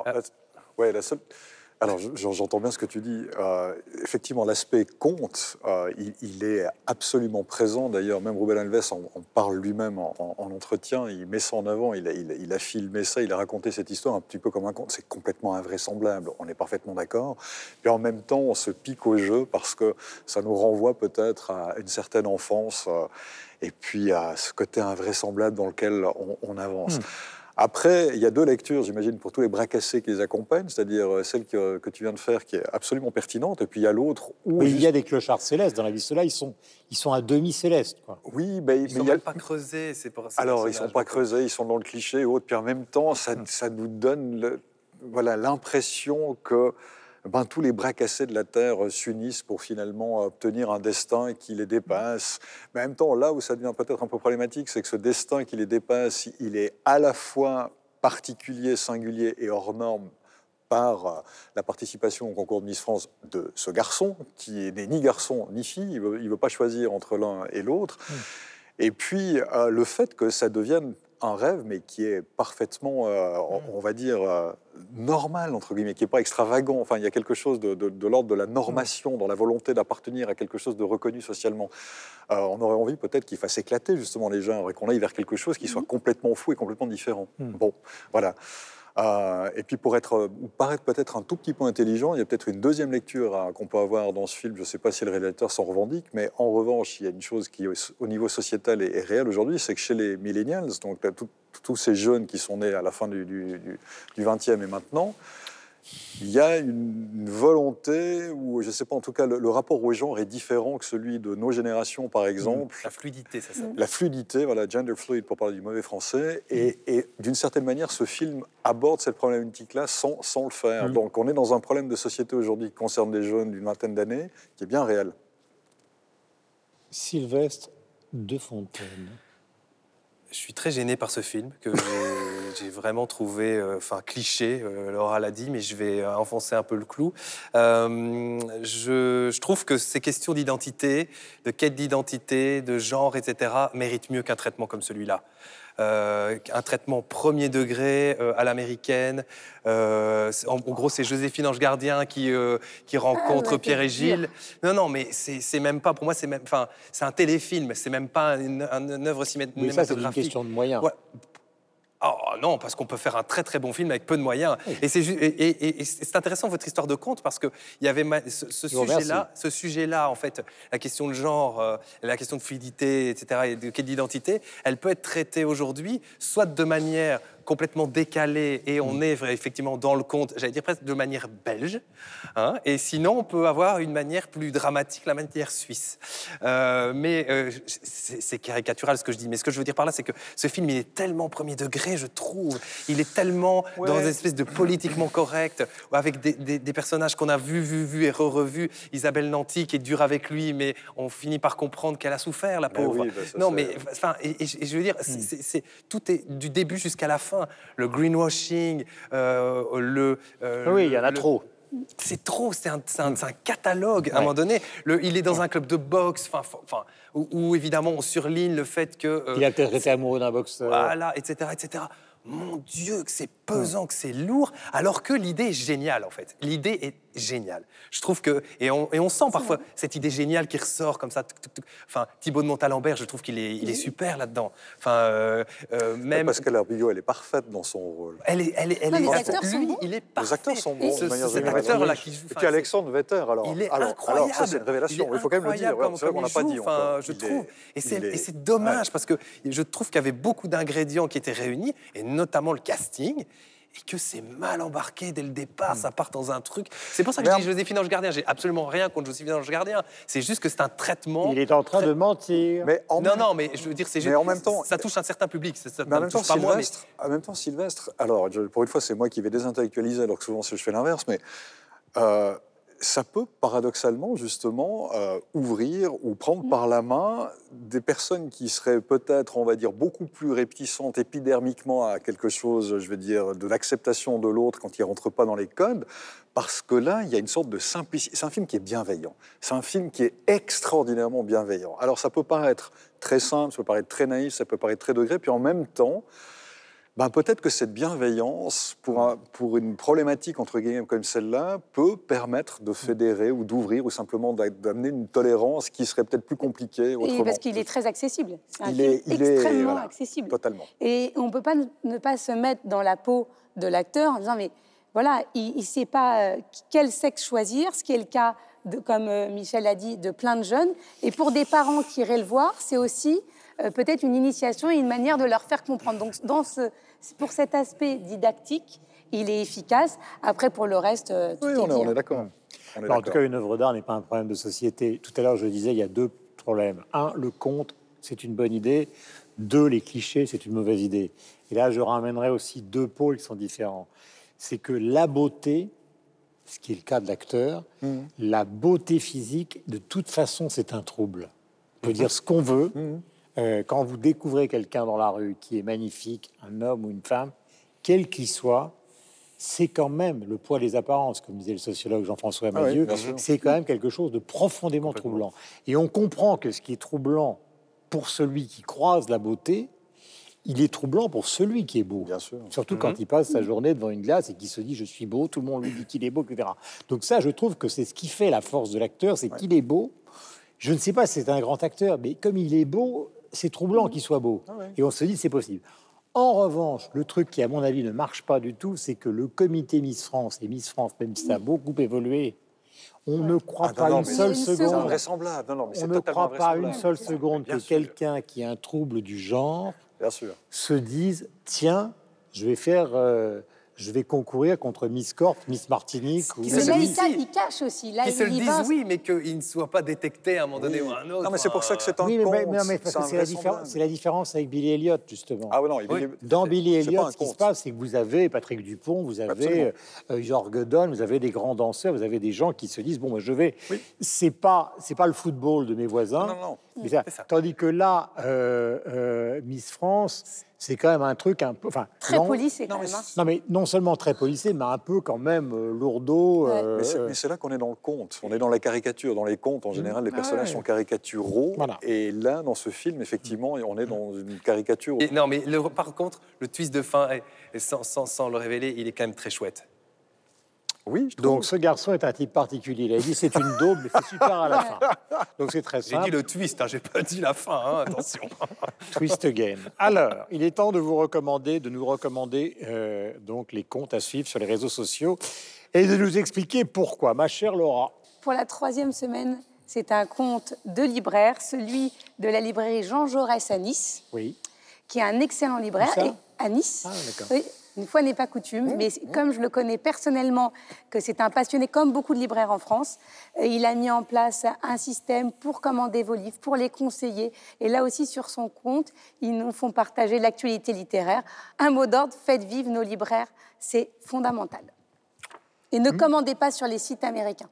la seule... Alors, j'entends bien ce que tu dis. Effectivement, l'aspect conte, il est absolument présent. D'ailleurs, même Ruben Alves en parle lui-même en entretien. Il met ça en avant. Il a filmé ça. Il a raconté cette histoire un petit peu comme un conte. C'est complètement invraisemblable. On est parfaitement d'accord. Puis en même temps, on se pique au jeu parce que ça nous renvoie peut-être à une certaine enfance et puis à ce côté invraisemblable dans lequel on avance. Après, il y a deux lectures, j'imagine, pour tous les bras cassés qui les accompagnent, c'est-à-dire celle que tu viens de faire, qui est absolument pertinente, et puis il y a l'autre où... Mais il y a des clochards célestes dans la vie. Ceux-là, ils sont à demi célestes, quoi. Oui, mais ils sont même pas creusés. C'est pour ça. Alors, ils sont pas creusés, ils sont dans le cliché et autres. Puis en même temps, ça nous donne l'impression que tous les bras cassés de la Terre s'unissent pour finalement obtenir un destin qui les dépasse. Mais en même temps, là où ça devient peut-être un peu problématique, c'est que ce destin qui les dépasse, il est à la fois particulier, singulier et hors norme par la participation au concours de Miss France de ce garçon, qui n'est ni garçon ni fille, il veut pas choisir entre l'un et l'autre. Et puis, le fait que ça devienne un rêve, mais qui est parfaitement, on va dire, normal, entre guillemets, qui n'est pas extravagant. Enfin, il y a quelque chose de l'ordre de la normation, dans la volonté d'appartenir à quelque chose de reconnu socialement. On aurait envie peut-être qu'il fasse éclater justement les gens, et qu'on aille vers quelque chose qui soit complètement fou et complètement différent. Bon, voilà. Et puis pour paraître peut-être un tout petit peu intelligent, il y a peut-être une deuxième lecture qu'on peut avoir dans ce film. Je ne sais pas si le réalisateur s'en revendique, mais en revanche, il y a une chose qui, au niveau sociétal, est réelle aujourd'hui, c'est que chez les millennials, donc tous ces jeunes qui sont nés à la fin du 20e et maintenant, il y a une volonté, ou je ne sais pas, en tout cas, le rapport au genre est différent que celui de nos générations, par exemple. La fluidité, ça s'appelle. La fluidité, voilà, gender fluid pour parler du mauvais français. Et d'une certaine manière, ce film aborde cette problématique-là sans le faire. Donc on est dans un problème de société aujourd'hui qui concerne des jeunes d'une vingtaine d'années, qui est bien réel. Sylvestre de Fontaine. Je suis très gêné par ce film, que j'ai vraiment trouvé cliché, Laura l'a dit, mais je vais enfoncer un peu le clou. Je trouve que ces questions d'identité, de quête d'identité, de genre, etc., méritent mieux qu'un traitement comme celui-là. Un traitement premier degré à l'américaine. En gros, c'est Joséphine Ange Gardien qui rencontre Pierre et Gilles. Non, mais c'est même pas, pour moi, c'est un téléfilm, c'est même pas une œuvre cinématographique. Mais ça, c'est une question de moyens. Ouais. Oh non, parce qu'on peut faire un très très bon film avec peu de moyens. Oui. Et c'est intéressant votre histoire de conte parce que il y avait ce sujet-là, en fait, la question de genre, la question de fluidité, etc., et de quête d'identité, elle peut être traitée aujourd'hui, soit de manière complètement décalée et on est effectivement dans le conte, j'allais dire presque de manière belge, hein, et sinon on peut avoir une manière plus dramatique, la manière suisse. C'est caricatural ce que je dis, mais ce que je veux dire par là, c'est que ce film, il est tellement premier degré, je trouve. Il est tellement dans une espèce de politiquement correct, avec des personnages qu'on a vus et revus. Isabelle Nanty qui est dure avec lui, mais on finit par comprendre qu'elle a souffert, la pauvre. Oui, non, mais je veux dire, tout est du début jusqu'à la fin. Le greenwashing, oui, il y en a trop. C'est trop, c'est un catalogue. À un moment donné, il est dans un club de boxe, où évidemment on surligne le fait que... il a peut-être été amoureux d'un boxeur. Voilà, etc., etc. Mon Dieu, que c'est pesant, que c'est lourd, alors que l'idée est géniale, en fait. L'idée est géniale. Je trouve que... Et on sent parfois cette idée géniale qui ressort comme ça. Enfin, Thibaut de Montalembert, je trouve qu'il est super là-dedans. Même... Pascal Arbillot, elle est parfaite dans son rôle. Les acteurs sont bons. Il est parfait. Les acteurs sont bons, de manière cet générale. acteur-là qui joue... Et puis Alexandre Vetter, alors... Il est incroyable. Alors, ça, c'est une révélation. Il faut quand même le dire. C'est vrai qu'on n'a pas dit encore. Je trouve. Et c'est dommage, parce que je trouve qu'il y avait beaucoup d'ingrédients qui étaient réunis, et notamment le casting, et que c'est mal embarqué dès le départ, ça part dans un truc... C'est pour ça que je dis Joséphine Ange Gardien, j'ai absolument rien contre Joséphine Ange Gardien, c'est juste que c'est un traitement... Il est en train de mentir. Mais mais je veux dire, c'est juste... Mais en même temps... Ça touche un certain public, ça mais en même temps, touche pas moi, mais... En même temps, Sylvestre, alors, pour une fois, c'est moi qui vais désintellectualiser, alors que souvent, je fais l'inverse, mais... ça peut paradoxalement justement ouvrir ou prendre par la main des personnes qui seraient peut-être, on va dire, beaucoup plus réticentes épidermiquement à quelque chose, je vais dire, de l'acceptation de l'autre quand il ne rentre pas dans les codes, parce que là, il y a une sorte de simplicité. C'est un film qui est bienveillant. C'est un film qui est extraordinairement bienveillant. Alors ça peut paraître très simple, ça peut paraître très naïf, ça peut paraître très degré, puis en même temps... peut-être que cette bienveillance, pour une problématique entre guillemets comme celle-là, peut permettre de fédérer ou d'ouvrir ou simplement d'amener une tolérance qui serait peut-être plus compliquée autrement. Et parce qu'il est très accessible. C'est un film extrêmement accessible. Totalement. Et on ne peut pas ne pas se mettre dans la peau de l'acteur en disant, mais voilà, il ne sait pas quel sexe choisir, ce qui est le cas, comme Michel a dit, de plein de jeunes. Et pour des parents qui iraient le voir, c'est aussi... peut-être une initiation et une manière de leur faire comprendre. Donc, pour cet aspect didactique, il est efficace. Après, pour le reste, tout est on est d'accord. En tout cas, une œuvre d'art n'est pas un problème de société. Tout à l'heure, je disais, il y a deux problèmes. Un, le conte, c'est une bonne idée. Deux, les clichés, c'est une mauvaise idée. Et là, je ramènerai aussi deux pôles qui sont différents. C'est que la beauté, ce qui est le cas de l'acteur, la beauté physique, de toute façon, c'est un trouble. On peut dire ce qu'on veut. Quand vous découvrez quelqu'un dans la rue qui est magnifique, un homme ou une femme, quel qu'il soit, c'est quand même le poids des apparences, comme disait le sociologue Jean-François Madieu, c'est quand même quelque chose de profondément troublant. Et on comprend que ce qui est troublant pour celui qui croise la beauté, il est troublant pour celui qui est beau. Bien sûr. Surtout quand il passe sa journée devant une glace et qu'il se dit « je suis beau », tout le monde lui dit qu'il est beau, etc. Donc ça, je trouve que c'est ce qui fait la force de l'acteur, c'est qu'il est beau. Je ne sais pas si c'est un grand acteur, mais comme il est beau... c'est troublant qu'il soit beau. Et on se dit, c'est possible. En revanche, le truc qui, à mon avis, ne marche pas du tout, c'est que le comité Miss France, et Miss France, même si ça a beaucoup évolué, on ne croit pas une seule seconde. C'est invraisemblable. On ne croit pas une seule seconde que quelqu'un qui a un trouble du genre se dise, tiens, je vais faire je vais concourir contre Miss Corp, Miss Martinique. Ou... Mais là, il cache aussi. Là, Qui se le il y disent, va. oui, mais qu'ils ne soient pas détectés à un moment donné ou à un autre. Non, mais c'est pour ça que c'est un Oui, conte. mais parce que c'est la différence avec Billy Elliot, justement. Ah ouais, non, Dans Billy c'est pas Elliot, un ce qui se conte. passe, c'est que vous avez Patrick Dupont, vous avez Absolument. Georges Godon, vous avez des grands danseurs, vous avez des gens qui se disent, bon, moi, je vais... C'est pas le football de mes voisins. Non. Mais ça, tandis que là, Miss France, c'est quand même un truc un peu... Très policé, quand même. Hein. Non, mais non seulement très policé, mais un peu quand même lourdeau. Mais c'est là qu'on est dans le conte. On est dans la caricature. Dans les contes, en général, les personnages sont caricaturaux. Voilà. Et là, dans ce film, effectivement, on est dans une caricature. Et non, mais par contre, le twist de fin, et sans le révéler, il est quand même très chouette. Oui, je trouve. Donc ce garçon est un type particulier. Il a dit c'est une daube, mais c'est super à la fin. Donc c'est très J'ai simple. dit le twist, hein, j'ai pas dit la fin, hein, attention. Twist again. Alors, il est temps de nous recommander donc les comptes à suivre sur les réseaux sociaux et de nous expliquer pourquoi. Ma chère Laura. Pour la 3e semaine, c'est un conte de libraire, celui de la librairie Jean Jaurès à Nice, Oui. qui est un excellent libraire. Où ça Et à Nice. Ah, d'accord. Oui, une fois n'est pas coutume, mais comme je le connais personnellement, que c'est un passionné, comme beaucoup de libraires en France, il a mis en place un système pour commander vos livres, pour les conseiller. Et là aussi, sur son compte, ils nous font partager l'actualité littéraire. Un mot d'ordre, faites vivre nos libraires, c'est fondamental. Et ne commandez pas sur les sites américains.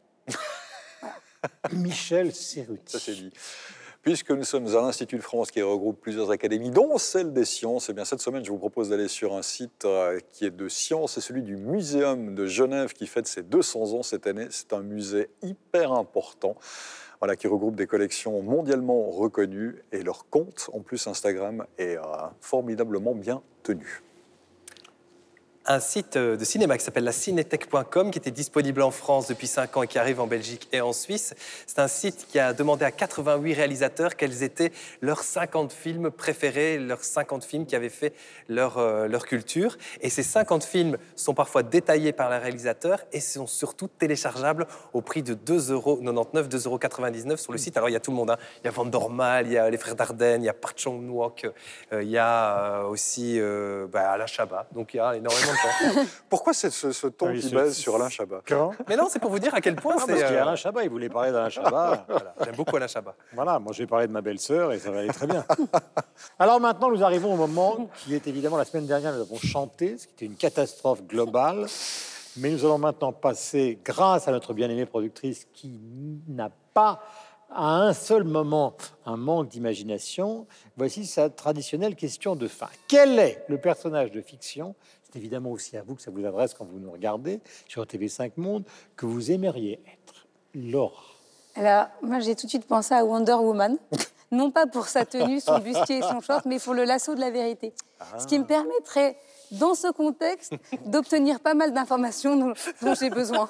Michel Serruti. Ça, c'est dit. Puisque nous sommes à l'Institut de France qui regroupe plusieurs académies, dont celle des sciences, et bien cette semaine, je vous propose d'aller sur un site qui est de sciences, c'est celui du Muséum de Genève qui fête ses 200 ans cette année. C'est un musée hyper important, voilà, qui regroupe des collections mondialement reconnues et leur compte, en plus Instagram, est formidablement bien tenu. Un site de cinéma qui s'appelle la cinétech.com, qui était disponible en France depuis 5 ans et qui arrive en Belgique et en Suisse. C'est un site qui a demandé à 88 réalisateurs quels étaient leurs 50 films préférés, leurs 50 films qui avaient fait leur culture. Et ces 50 films sont parfois détaillés par les réalisateurs et sont surtout téléchargeables au prix de 2,99 €, 2,99 € sur le site. Alors il y a tout le monde, hein. Il y a Van Dormael, il y a les frères Dardenne, il y a Park Chan-wook, il y a aussi Alain Chabat. Donc il y a énormément de temps. Pourquoi c'est ce ton qui base sur Alain Chabat? Mais non, c'est pour vous dire à quel point c'est... Parce qu'il y a Alain Chabat, il voulait parler d'Alain Chabat. Voilà, j'aime beaucoup Alain Chabat. Voilà, moi je vais parler de ma belle-sœur et ça va aller très bien. Alors maintenant, nous arrivons au moment qui est évidemment la semaine dernière, nous avons chanté, ce qui était une catastrophe globale. Mais nous allons maintenant passer, grâce à notre bien-aimée productrice qui n'a pas à un seul moment un manque d'imagination, voici sa traditionnelle question de fin. Quel est le personnage de fiction, c'est évidemment aussi à vous que ça vous adresse quand vous nous regardez sur TV5 Monde, que vous aimeriez être? Laura. Alors, moi, j'ai tout de suite pensé à Wonder Woman. Non pas pour sa tenue, son bustier et son short, mais pour le lasso de la vérité. Ce qui me permettrait, dans ce contexte, d'obtenir pas mal d'informations dont j'ai besoin.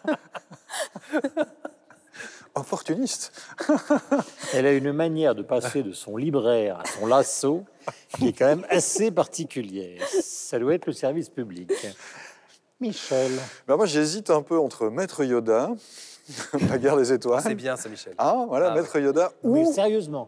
Opportuniste. Elle a une manière de passer de son libraire à son lasso qui est quand même assez particulière. Ça doit être le service public. Michel. Ben moi, j'hésite un peu entre Maître Yoda, la guerre des étoiles. C'est bien ça, Michel. Ah, voilà, Maître Yoda. Mais Ou, sérieusement.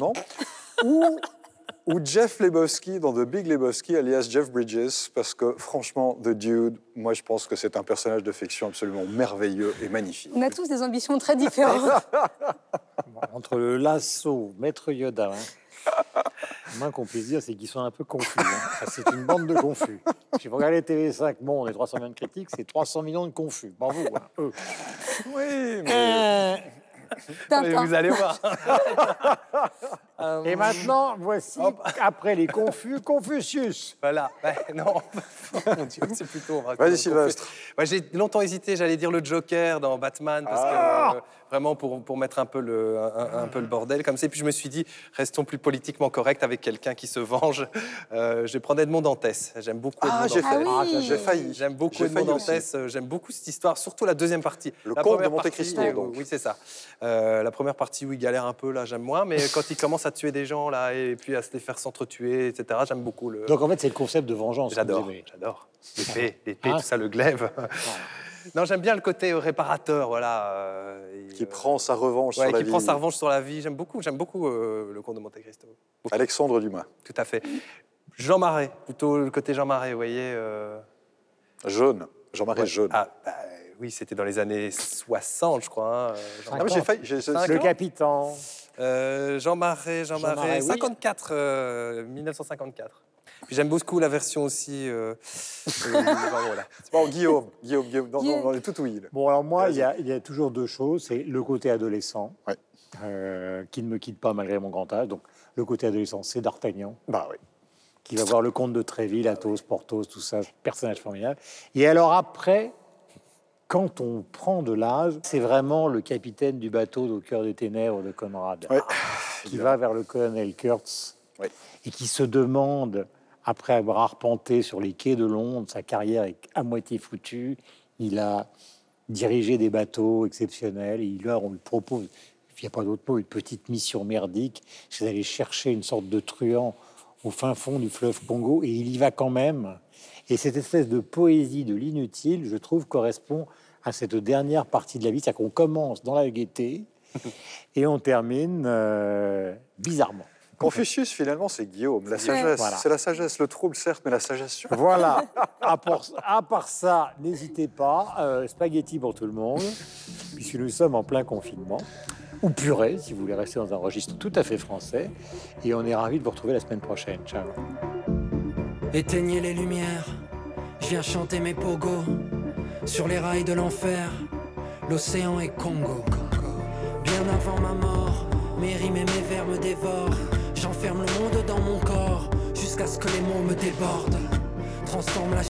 ou Jeff Lebowski dans The Big Lebowski, alias Jeff Bridges, parce que franchement, The Dude, moi je pense que c'est un personnage de fiction absolument merveilleux et magnifique. On a tous des ambitions très différentes. Bon, entre le lasso, Maître Yoda, le moins qu'on puisse dire, c'est qu'ils sont un peu confus. C'est une bande de confus. Si vous regardez TV5 Monde et 300 millions de critiques, c'est 300 millions de confus. Bravo, eux. Oui, mais... Mais vous allez voir. Et maintenant, voici, après les confus, Confucius. Voilà. Non, mon Dieu, c'est plutôt... Vas-y, Sylvestre. J'ai longtemps hésité, j'allais dire le Joker dans Batman, parce que vraiment pour mettre un peu le bordel comme ça. Et puis je me suis dit, restons plus politiquement corrects avec quelqu'un qui se venge. Je vais prendre Edmond Dantès. J'aime beaucoup Edmond Dantès. J'ai failli. J'aime beaucoup Edmond Dantès. J'aime beaucoup cette histoire, surtout la deuxième partie. Le comte de Monte Cristo, donc. Oui, c'est ça. La première partie où il galère un peu, là, j'aime moins. Mais quand il commence à tuer des gens, là, et puis à se les faire s'entretuer, etc., j'aime beaucoup le... Donc en fait, c'est le concept de vengeance. J'adore. L'épée, tout ça, le glaive. Non, j'aime bien le côté réparateur, voilà. Qui prend sa revanche sur la vie. Qui prend sa revanche sur la vie. J'aime beaucoup le comte de Monte Cristo. Alexandre Dumas. Tout à fait. Jean Marais, plutôt le côté Jean Marais, vous voyez. Jaune. Jean-Marais Jaune. Ah, bah, oui, c'était dans les années 60, je crois. Ah, mais j'ai failli. Le Capitaine. Jean-Marais, Jean-Marais, oui. 54, 1954. Puis j'aime beaucoup la version aussi. Voilà. C'est bon, Guillaume, dans les tout ouïes. Bon, alors moi, il y a toujours deux choses. C'est le côté adolescent, qui ne me quitte pas malgré mon grand âge. Donc, le côté adolescent, c'est D'Artagnan. Bah oui. Qui va voir le comte de Tréville, Athos, Porthos, tout ça, personnage formidable. Et alors après, quand on prend de l'âge, c'est vraiment le capitaine du bateau au cœur des ténèbres de Conrad, qui va vers le colonel Kurtz et qui se demande, après avoir arpenté sur les quais de Londres, sa carrière est à moitié foutue, il a dirigé des bateaux exceptionnels, et là on lui propose, il n'y a pas d'autre mot, une petite mission merdique, c'est d'aller chercher une sorte de truand au fin fond du fleuve Congo, et il y va quand même. Et cette espèce de poésie de l'inutile, je trouve, correspond à cette dernière partie de la vie. C'est-à-dire qu'on commence dans la gaieté et on termine bizarrement. Confucius, finalement, c'est Guillaume. La sagesse, Voilà. c'est la sagesse. Le trouble, certes, mais la sagesse. Voilà. À part ça, n'hésitez pas. Spaghetti pour tout le monde, puisque nous sommes en plein confinement. Ou purée, si vous voulez rester dans un registre tout à fait français. Et on est ravis de vous retrouver la semaine prochaine. Ciao. Éteignez les lumières, je viens chanter mes pogos. Sur les rails de l'enfer, l'océan est Congo. Bien avant ma mort, mes rimes et mes vers me dévorent. J'enferme le monde dans mon corps, jusqu'à ce que les mots me débordent. Transforme la